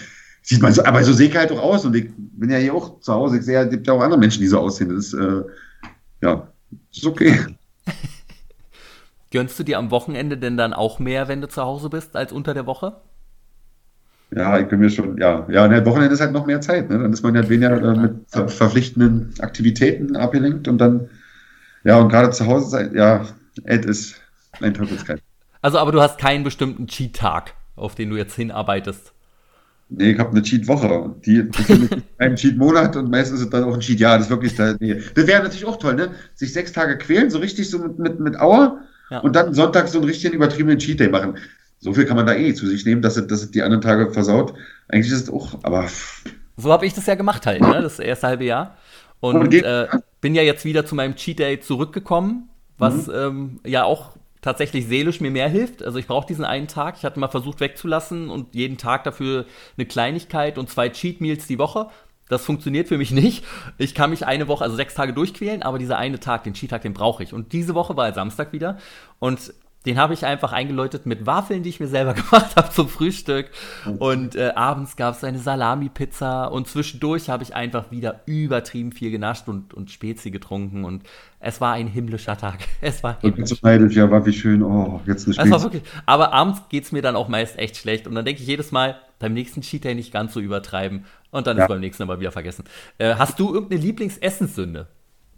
Sieht man so, aber so sehe ich halt doch aus und ich bin ja hier auch zu Hause. Ich sehe, es gibt ja auch andere Menschen, die so aussehen. Das ist, ja, ist okay. Gönnst du dir am Wochenende denn dann auch mehr, wenn du zu Hause bist, als unter der Woche? Ja, ich bin mir schon, ja, und am Wochenende ist halt noch mehr Zeit, ne? Dann ist man halt weniger mit verpflichtenden Aktivitäten abgelenkt und dann, ja, und gerade zu Hause sein, ja, es ist ein Teufelskreis. Also, aber du hast keinen bestimmten Cheat-Tag, auf den du jetzt hinarbeitest. Nee, ich habe eine Cheat-Woche und die befindet sich in einem Cheat-Monat und meistens ist es dann auch ein Cheat-Jahr. Das ist wirklich, nee. Das wäre natürlich auch toll, ne? Sich 6 Tage quälen, so richtig so mit Aua Ja. und dann Sonntag so einen richtigen übertriebenen Cheat-Day machen. So viel kann man da zu sich nehmen, dass es die anderen Tage versaut. Eigentlich ist es auch, aber So habe ich das ja gemacht halt, ne? Das erste halbe Jahr. Und bin ja jetzt wieder zu meinem Cheat Day zurückgekommen, was ja auch tatsächlich seelisch mir mehr hilft. Also ich brauche diesen einen Tag. Ich hatte mal versucht wegzulassen und jeden Tag dafür eine Kleinigkeit und 2 Cheat Meals die Woche. Das funktioniert für mich nicht. Ich kann mich eine Woche, also 6 Tage durchquälen, aber dieser eine Tag, den Cheat-Tag, den brauche ich. Und diese Woche war Samstag wieder und den habe ich einfach eingeläutet mit Waffeln, die ich mir selber gemacht habe zum Frühstück. Und abends gab es eine Salami-Pizza. Und zwischendurch habe ich einfach wieder übertrieben viel genascht und Spezi getrunken. Und es war ein himmlischer Tag. Es war himmlisch. so neidisch, ja, war wie schön. Oh, jetzt eine Es war Spezi. wirklich. Aber abends geht es mir dann auch meist echt schlecht. Und dann denke ich jedes Mal, beim nächsten Cheat Day nicht ganz so übertreiben. Und dann ist Ja. beim nächsten aber wieder vergessen. Hast du irgendeine Lieblingsessenssünde?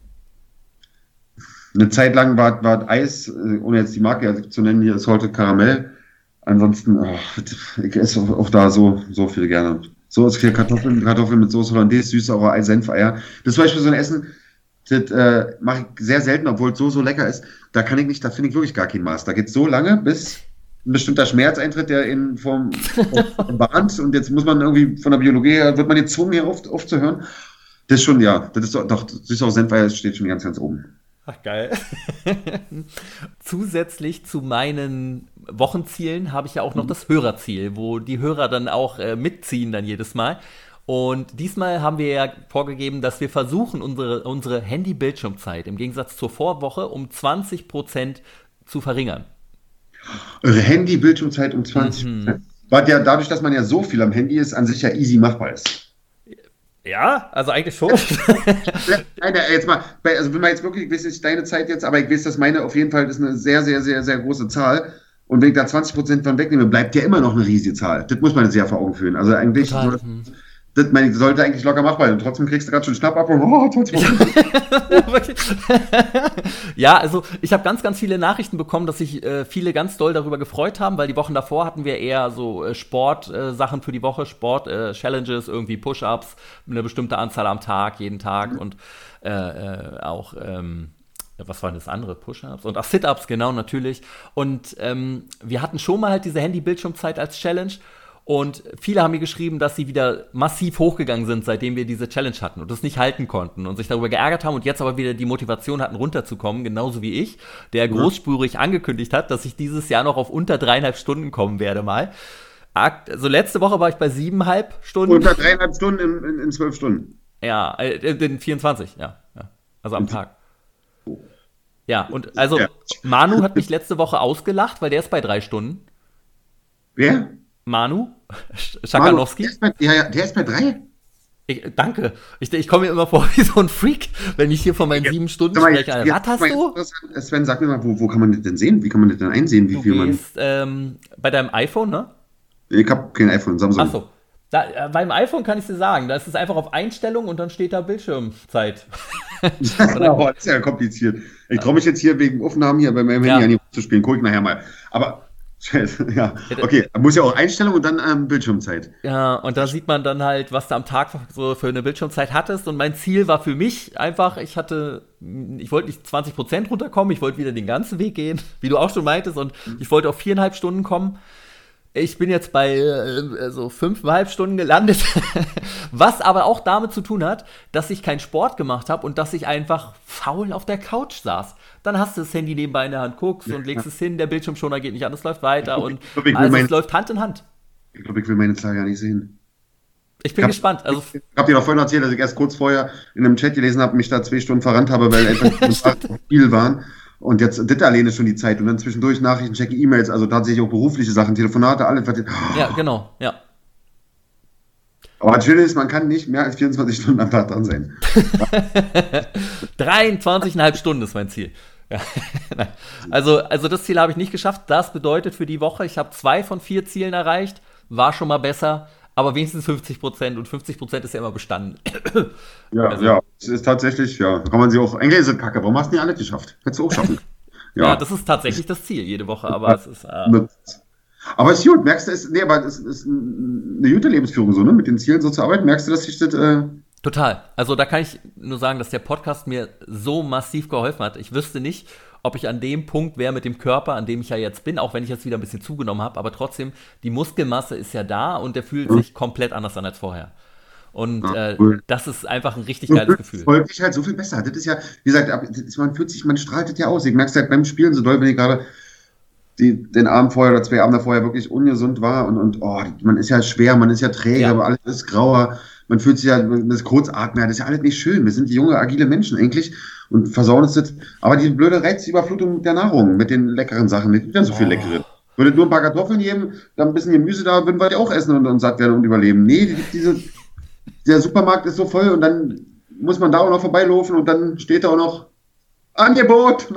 Eine Zeit lang war Eis, ohne jetzt die Marke zu nennen, hier Salted Karamell. Ansonsten, ich esse auch da so viel gerne. So ist viel Kartoffeln mit Soße Hollandaise, süße auch Senfeier. Das ist zum Beispiel so ein Essen, das mache ich sehr selten, obwohl es so lecker ist. Da finde ich wirklich gar kein Maß. Da geht es so lange, bis ein bestimmter Schmerz eintritt, der vom warnt. Und jetzt muss man irgendwie von der Biologie her, wird man jetzt gezwungen, hier aufzuhören. Das ist schon, ja, das ist doch süße auch Senfeier steht schon ganz, ganz oben. Ach, geil. Zusätzlich zu meinen Wochenzielen habe ich ja auch noch das Hörerziel, wo die Hörer dann auch mitziehen dann jedes Mal. Und diesmal haben wir ja vorgegeben, dass wir versuchen, unsere Handy-Bildschirmzeit im Gegensatz zur Vorwoche um 20% zu verringern. Eure Handy-Bildschirmzeit um 20%. Was ja dadurch, dass man ja so viel am Handy ist, an sich ja easy machbar ist. Ja, also eigentlich schon. Nein, jetzt mal, also wenn man jetzt wirklich, ich weiß nicht deine Zeit jetzt, aber ich weiß, dass meine auf jeden Fall ist eine sehr, sehr, sehr, sehr große Zahl. Und wenn ich da 20% von wegnehme, bleibt ja immer noch eine riesige Zahl. Das muss man jetzt sehr vor Augen führen. Also eigentlich sollte eigentlich locker machbar sein. Und trotzdem kriegst du gerade schon Schnapp ab und 20%. Ja, also ich habe ganz, ganz viele Nachrichten bekommen, dass sich viele ganz doll darüber gefreut haben, weil die Wochen davor hatten wir eher so Sport-Sachen für die Woche, Sport-Challenges, irgendwie Push-Ups, eine bestimmte Anzahl am Tag, jeden Tag und auch was waren das andere? Push-Ups und Sit-Ups, genau, natürlich. Und wir hatten schon mal halt diese Handy-Bildschirmzeit als Challenge. Und viele haben mir geschrieben, dass sie wieder massiv hochgegangen sind, seitdem wir diese Challenge hatten und das nicht halten konnten und sich darüber geärgert haben und jetzt aber wieder die Motivation hatten, runterzukommen, genauso wie ich, der großspurig angekündigt hat, dass ich dieses Jahr noch auf unter 3,5 Stunden kommen werde mal. Also letzte Woche war ich bei 7,5 Stunden. Unter 3,5 Stunden in 12 Stunden. Ja, in 24, ja. Also am Tag. Ja, und also Manu hat mich letzte Woche ausgelacht, weil der ist bei 3 Stunden. Wer? Manu Schakanowski. Der ist bei 3? Danke. Ich komme mir immer vor wie so ein Freak, wenn ich hier von meinen 7 Stunden spreche. Was hast du? Sven, sag mir mal, wo kann man das denn sehen? Wie kann man das denn einsehen, wie viel man... Du gehst bei deinem iPhone, ne? Ich habe kein iPhone, Samsung. Ach so. Beim iPhone kann ich dir sagen, da ist es einfach auf Einstellung und dann steht da Bildschirmzeit. Das ist ja kompliziert. Ich traue mich jetzt hier wegen Aufnahmen hier bei meinem Handy an die zu spielen. Guck ich nachher mal. Aber... Ja, okay, muss ja auch Einstellung und dann Bildschirmzeit. Ja, und da sieht man dann halt, was du am Tag so für eine Bildschirmzeit hattest. Und mein Ziel war für mich einfach, ich wollte nicht 20% runterkommen, ich wollte wieder den ganzen Weg gehen, wie du auch schon meintest, und ich wollte auf 4,5 Stunden kommen. Ich bin jetzt bei so 5,5 Stunden gelandet, was aber auch damit zu tun hat, dass ich keinen Sport gemacht habe und dass ich einfach faul auf der Couch saß. Dann hast du das Handy nebenbei in der Hand, guckst und legst es hin, der Bildschirmschoner geht nicht an, es läuft weiter und es läuft Hand in Hand. Ich glaube, ich will meine Zahl gar nicht sehen. Ich bin gespannt. Also, ich habe dir doch vorhin erzählt, dass ich erst kurz vorher in einem Chat gelesen habe, mich da 2 Stunden verrannt habe, weil einfach viel waren. Und jetzt, das alleine schon die Zeit. Und dann zwischendurch Nachrichten, checke E-Mails, also tatsächlich auch berufliche Sachen, Telefonate, alles. Ja, genau, ja. Aber das Schöne ist, man kann nicht mehr als 24 Stunden am Tag dran sein. 23,5 Stunden ist mein Ziel. Ja. Also das Ziel habe ich nicht geschafft. Das bedeutet für die Woche, ich habe 2 von 4 Zielen erreicht. War schon mal besser, aber wenigstens 50%. Und 50% ist ja immer bestanden. Ja, Also, ja, es ist tatsächlich, ja, kann man sie auch, eigentlich ist es kacke, warum hast du nicht alle geschafft? Hättest du auch schaffen. ja, Ja. das ist tatsächlich das Ziel jede Woche, aber es ist Aber es ist gut, merkst du, nee, aber es ist eine gute Lebensführung so, ne? Mit den Zielen so zu arbeiten, merkst du, dass sich das, total. Also da kann ich nur sagen, dass der Podcast mir so massiv geholfen hat. Ich wüsste nicht, ob ich an dem Punkt wäre mit dem Körper, an dem ich ja jetzt bin, auch wenn ich jetzt wieder ein bisschen zugenommen habe, aber trotzdem, die Muskelmasse ist ja da und der fühlt sich komplett anders an als vorher. Und cool. das ist einfach ein richtig geiles Gefühl. Folglich halt so viel besser. Das ist ja, wie gesagt, man fühlt sich, man strahlt das ja aus. Ich merke es halt beim Spielen so doll, wenn ich gerade den Abend vorher oder 2 Abende vorher wirklich ungesund war und oh, man ist ja schwer, man ist ja träge, Ja. aber alles ist grauer. Man fühlt sich ja, das Kurzatmen, das ist ja alles nicht schön. Wir sind junge, agile Menschen eigentlich und versauen uns das. Aber die blöde Reizüberflutung der Nahrung mit den leckeren Sachen, nicht wieder so viel Leckere. Würde nur ein paar Kartoffeln geben, dann ein bisschen Gemüse da, würden wir ja auch essen und satt werden und überleben. Nee, der Supermarkt ist so voll und dann muss man da auch noch vorbeilaufen und dann steht da auch noch Angebot.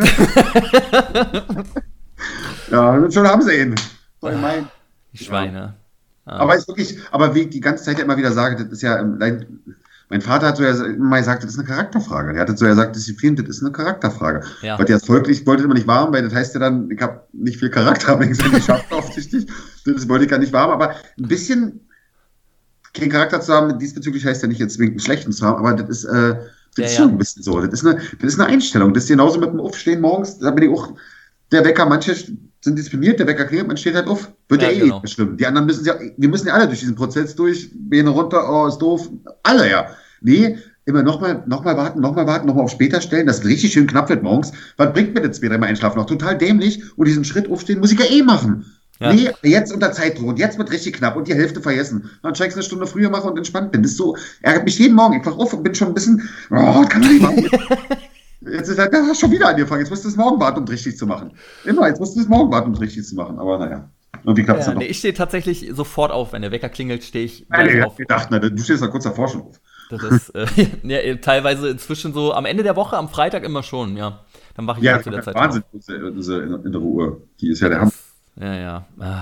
Ja, schon haben sie ihn. Soll ich meinen. Die Schweine. Aber ist wirklich, aber wie ich die ganze Zeit ja immer wieder sage, das ist ja, mein Vater hat so ja immer gesagt, das ist eine Charakterfrage. Er hat so ja gesagt, Disziplin, das ist eine Charakterfrage. Ja. Weil das folglich wollte immer nicht warm, weil das heißt ja dann, ich habe nicht viel Charakter, habe ich gesagt, ich schaffe offensichtlich. Das wollte ich gar nicht warm, aber ein bisschen keinen Charakter zu haben, diesbezüglich heißt ja nicht jetzt wegen einen schlechten zu haben, aber das ist schon ein bisschen so. Das ist eine Einstellung. Das ist genauso mit dem Aufstehen morgens, da bin ich auch, der Wecker, manche sind diszipliniert, der Wecker klingelt, man steht halt auf. Wird ja genau. nicht schlimm. Die anderen wir müssen ja alle durch diesen Prozess durch, Beine runter, oh, ist doof. Alle ja. Nee, immer nochmal warten, nochmal auf später stellen, dass es richtig schön knapp wird morgens. Was bringt mir das 2-3 Mal einschlafen noch? Total dämlich. Und diesen Schritt aufstehen muss ich ja machen. Ja. Nee, jetzt unter Zeitdruck und jetzt wird richtig knapp und die Hälfte vergessen. Dann checkst du eine Stunde früher machen und entspannt bin. Das ist so, ärgert mich jeden Morgen. Ich wach auf und bin schon ein bisschen, kann ich nicht machen. Jetzt ist halt, das hast schon wieder angefangen. Jetzt musst du es morgen warten, um es richtig zu machen. Immer, jetzt musst du es morgen warten, um es richtig zu machen. Aber naja. Und wie klappt es dann noch? Nee, ich stehe tatsächlich sofort auf. Wenn der Wecker klingelt, stehe ich auf. Ich dachte, du stehst da kurz davor schon auf. Das ist ja, teilweise inzwischen so am Ende der Woche, am Freitag immer schon, ja. Dann wache ich ja, zu der Zeit Wahnsinn, diese innere Uhr. Die ist ja der Hammer. Ja.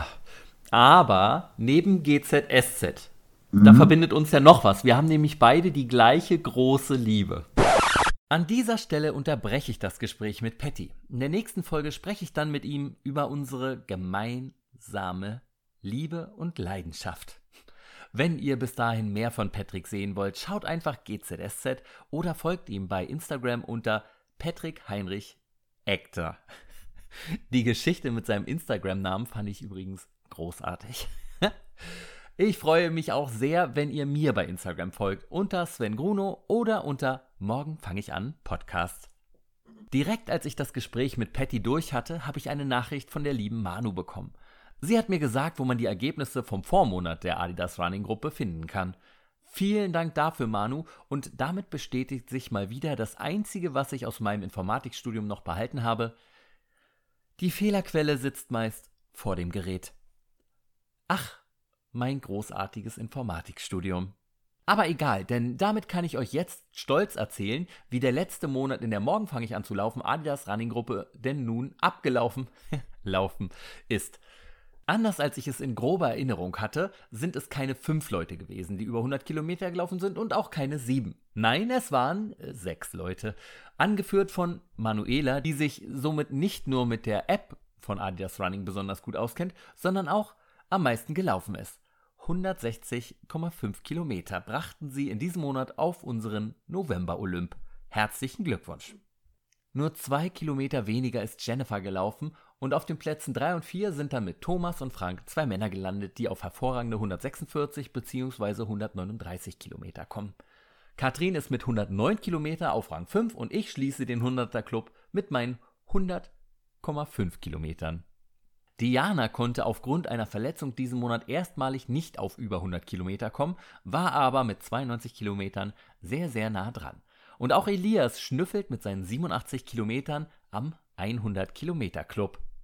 Aber neben GZSZ, da verbindet uns ja noch was. Wir haben nämlich beide die gleiche große Liebe. An dieser Stelle unterbreche ich das Gespräch mit Patty. In der nächsten Folge spreche ich dann mit ihm über unsere gemeinsame Liebe und Leidenschaft. Wenn ihr bis dahin mehr von Patrick sehen wollt, schaut einfach GZSZ oder folgt ihm bei Instagram unter Patrick Heinrich Actor. Die Geschichte mit seinem Instagram-Namen fand ich übrigens großartig. Ich freue mich auch sehr, wenn ihr mir bei Instagram folgt, unter Sven Gruno oder unter Morgen fange ich an Podcast. Direkt als ich das Gespräch mit Patty durch hatte, habe ich eine Nachricht von der lieben Manu bekommen. Sie hat mir gesagt, wo man die Ergebnisse vom Vormonat der Adidas Running Gruppe finden kann. Vielen Dank dafür, Manu, und damit bestätigt sich mal wieder das Einzige, was ich aus meinem Informatikstudium noch behalten habe. Die Fehlerquelle sitzt meist vor dem Gerät. Ach, mein großartiges Informatikstudium. Aber egal, denn damit kann ich euch jetzt stolz erzählen, wie der letzte Monat in der Morgen fange ich an zu laufen Adidas Running Gruppe denn nun abgelaufen laufen ist. Anders als ich es in grober Erinnerung hatte, sind es keine 5 Leute gewesen, die über 100 Kilometer gelaufen sind und auch keine 7. Nein, es waren 6 Leute, angeführt von Manuela, die sich somit nicht nur mit der App von Adidas Running besonders gut auskennt, sondern auch am meisten gelaufen ist. 160,5 Kilometer brachten sie in diesem Monat auf unseren November-Olymp. Herzlichen Glückwunsch! Nur 2 Kilometer weniger ist Jennifer gelaufen und auf den Plätzen 3 und 4 sind dann mit Thomas und Frank 2 Männer gelandet, die auf hervorragende 146 bzw. 139 Kilometer kommen. Katrin ist mit 109 Kilometer auf Rang 5 und ich schließe den 100er Club mit meinen 100,5 Kilometern. Diana konnte aufgrund einer Verletzung diesen Monat erstmalig nicht auf über 100 Kilometer kommen, war aber mit 92 Kilometern sehr, sehr nah dran. Und auch Elias schnüffelt mit seinen 87 Kilometern am 100 Kilometer Club.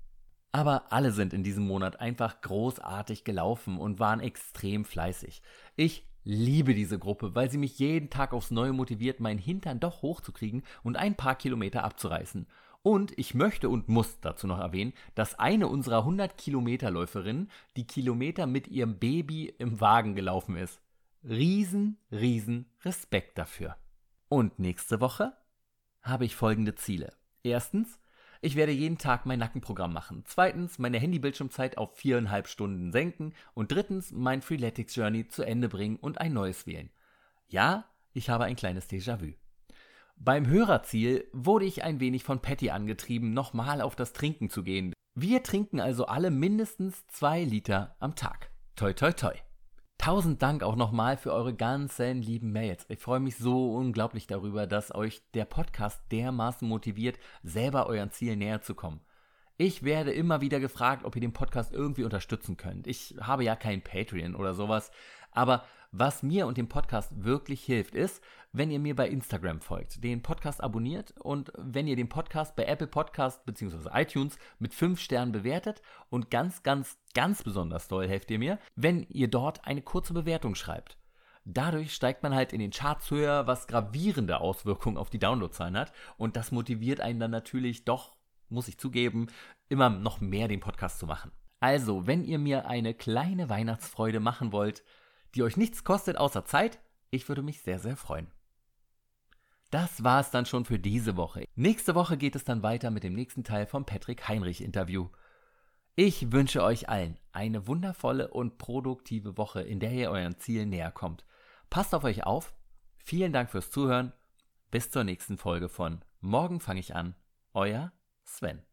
Aber alle sind in diesem Monat einfach großartig gelaufen und waren extrem fleißig. Ich liebe diese Gruppe, weil sie mich jeden Tag aufs Neue motiviert, meinen Hintern doch hochzukriegen und ein paar Kilometer abzureißen. Und ich möchte und muss dazu noch erwähnen, dass eine unserer 100-Kilometer-Läuferinnen die Kilometer mit ihrem Baby im Wagen gelaufen ist. Riesen Respekt dafür. Und nächste Woche habe ich folgende Ziele. Erstens, ich werde jeden Tag mein Nackenprogramm machen. Zweitens, meine Handybildschirmzeit auf 4,5 Stunden senken. Und drittens, mein Freeletics Journey zu Ende bringen und ein neues wählen. Ja, ich habe ein kleines Déjà-vu. Beim Hörerziel wurde ich ein wenig von Patty angetrieben, nochmal auf das Trinken zu gehen. Wir trinken also alle mindestens 2 Liter am Tag. Toi toi toi. 1000 Dank auch nochmal für eure ganzen lieben Mails. Ich freue mich so unglaublich darüber, dass euch der Podcast dermaßen motiviert, selber euren Zielen näher zu kommen. Ich werde immer wieder gefragt, ob ihr den Podcast irgendwie unterstützen könnt. Ich habe ja kein Patreon oder sowas, aber was mir und dem Podcast wirklich hilft, ist, wenn ihr mir bei Instagram folgt, den Podcast abonniert und wenn ihr den Podcast bei Apple Podcast bzw. iTunes mit 5 Sternen bewertet und ganz besonders doll helft ihr mir, wenn ihr dort eine kurze Bewertung schreibt. Dadurch steigt man halt in den Charts höher, was gravierende Auswirkungen auf die Downloadzahlen hat und das motiviert einen dann natürlich doch, muss ich zugeben, immer noch mehr den Podcast zu machen. Also, wenn ihr mir eine kleine Weihnachtsfreude machen wollt, die euch nichts kostet außer Zeit, ich würde mich sehr freuen. Das war es dann schon für diese Woche. Nächste Woche geht es dann weiter mit dem nächsten Teil vom Patrick Heinrich Interview. Ich wünsche euch allen eine wundervolle und produktive Woche, in der ihr euren Zielen näher kommt. Passt auf euch auf. Vielen Dank fürs Zuhören. Bis zur nächsten Folge von Morgen fange ich an. Euer Sven.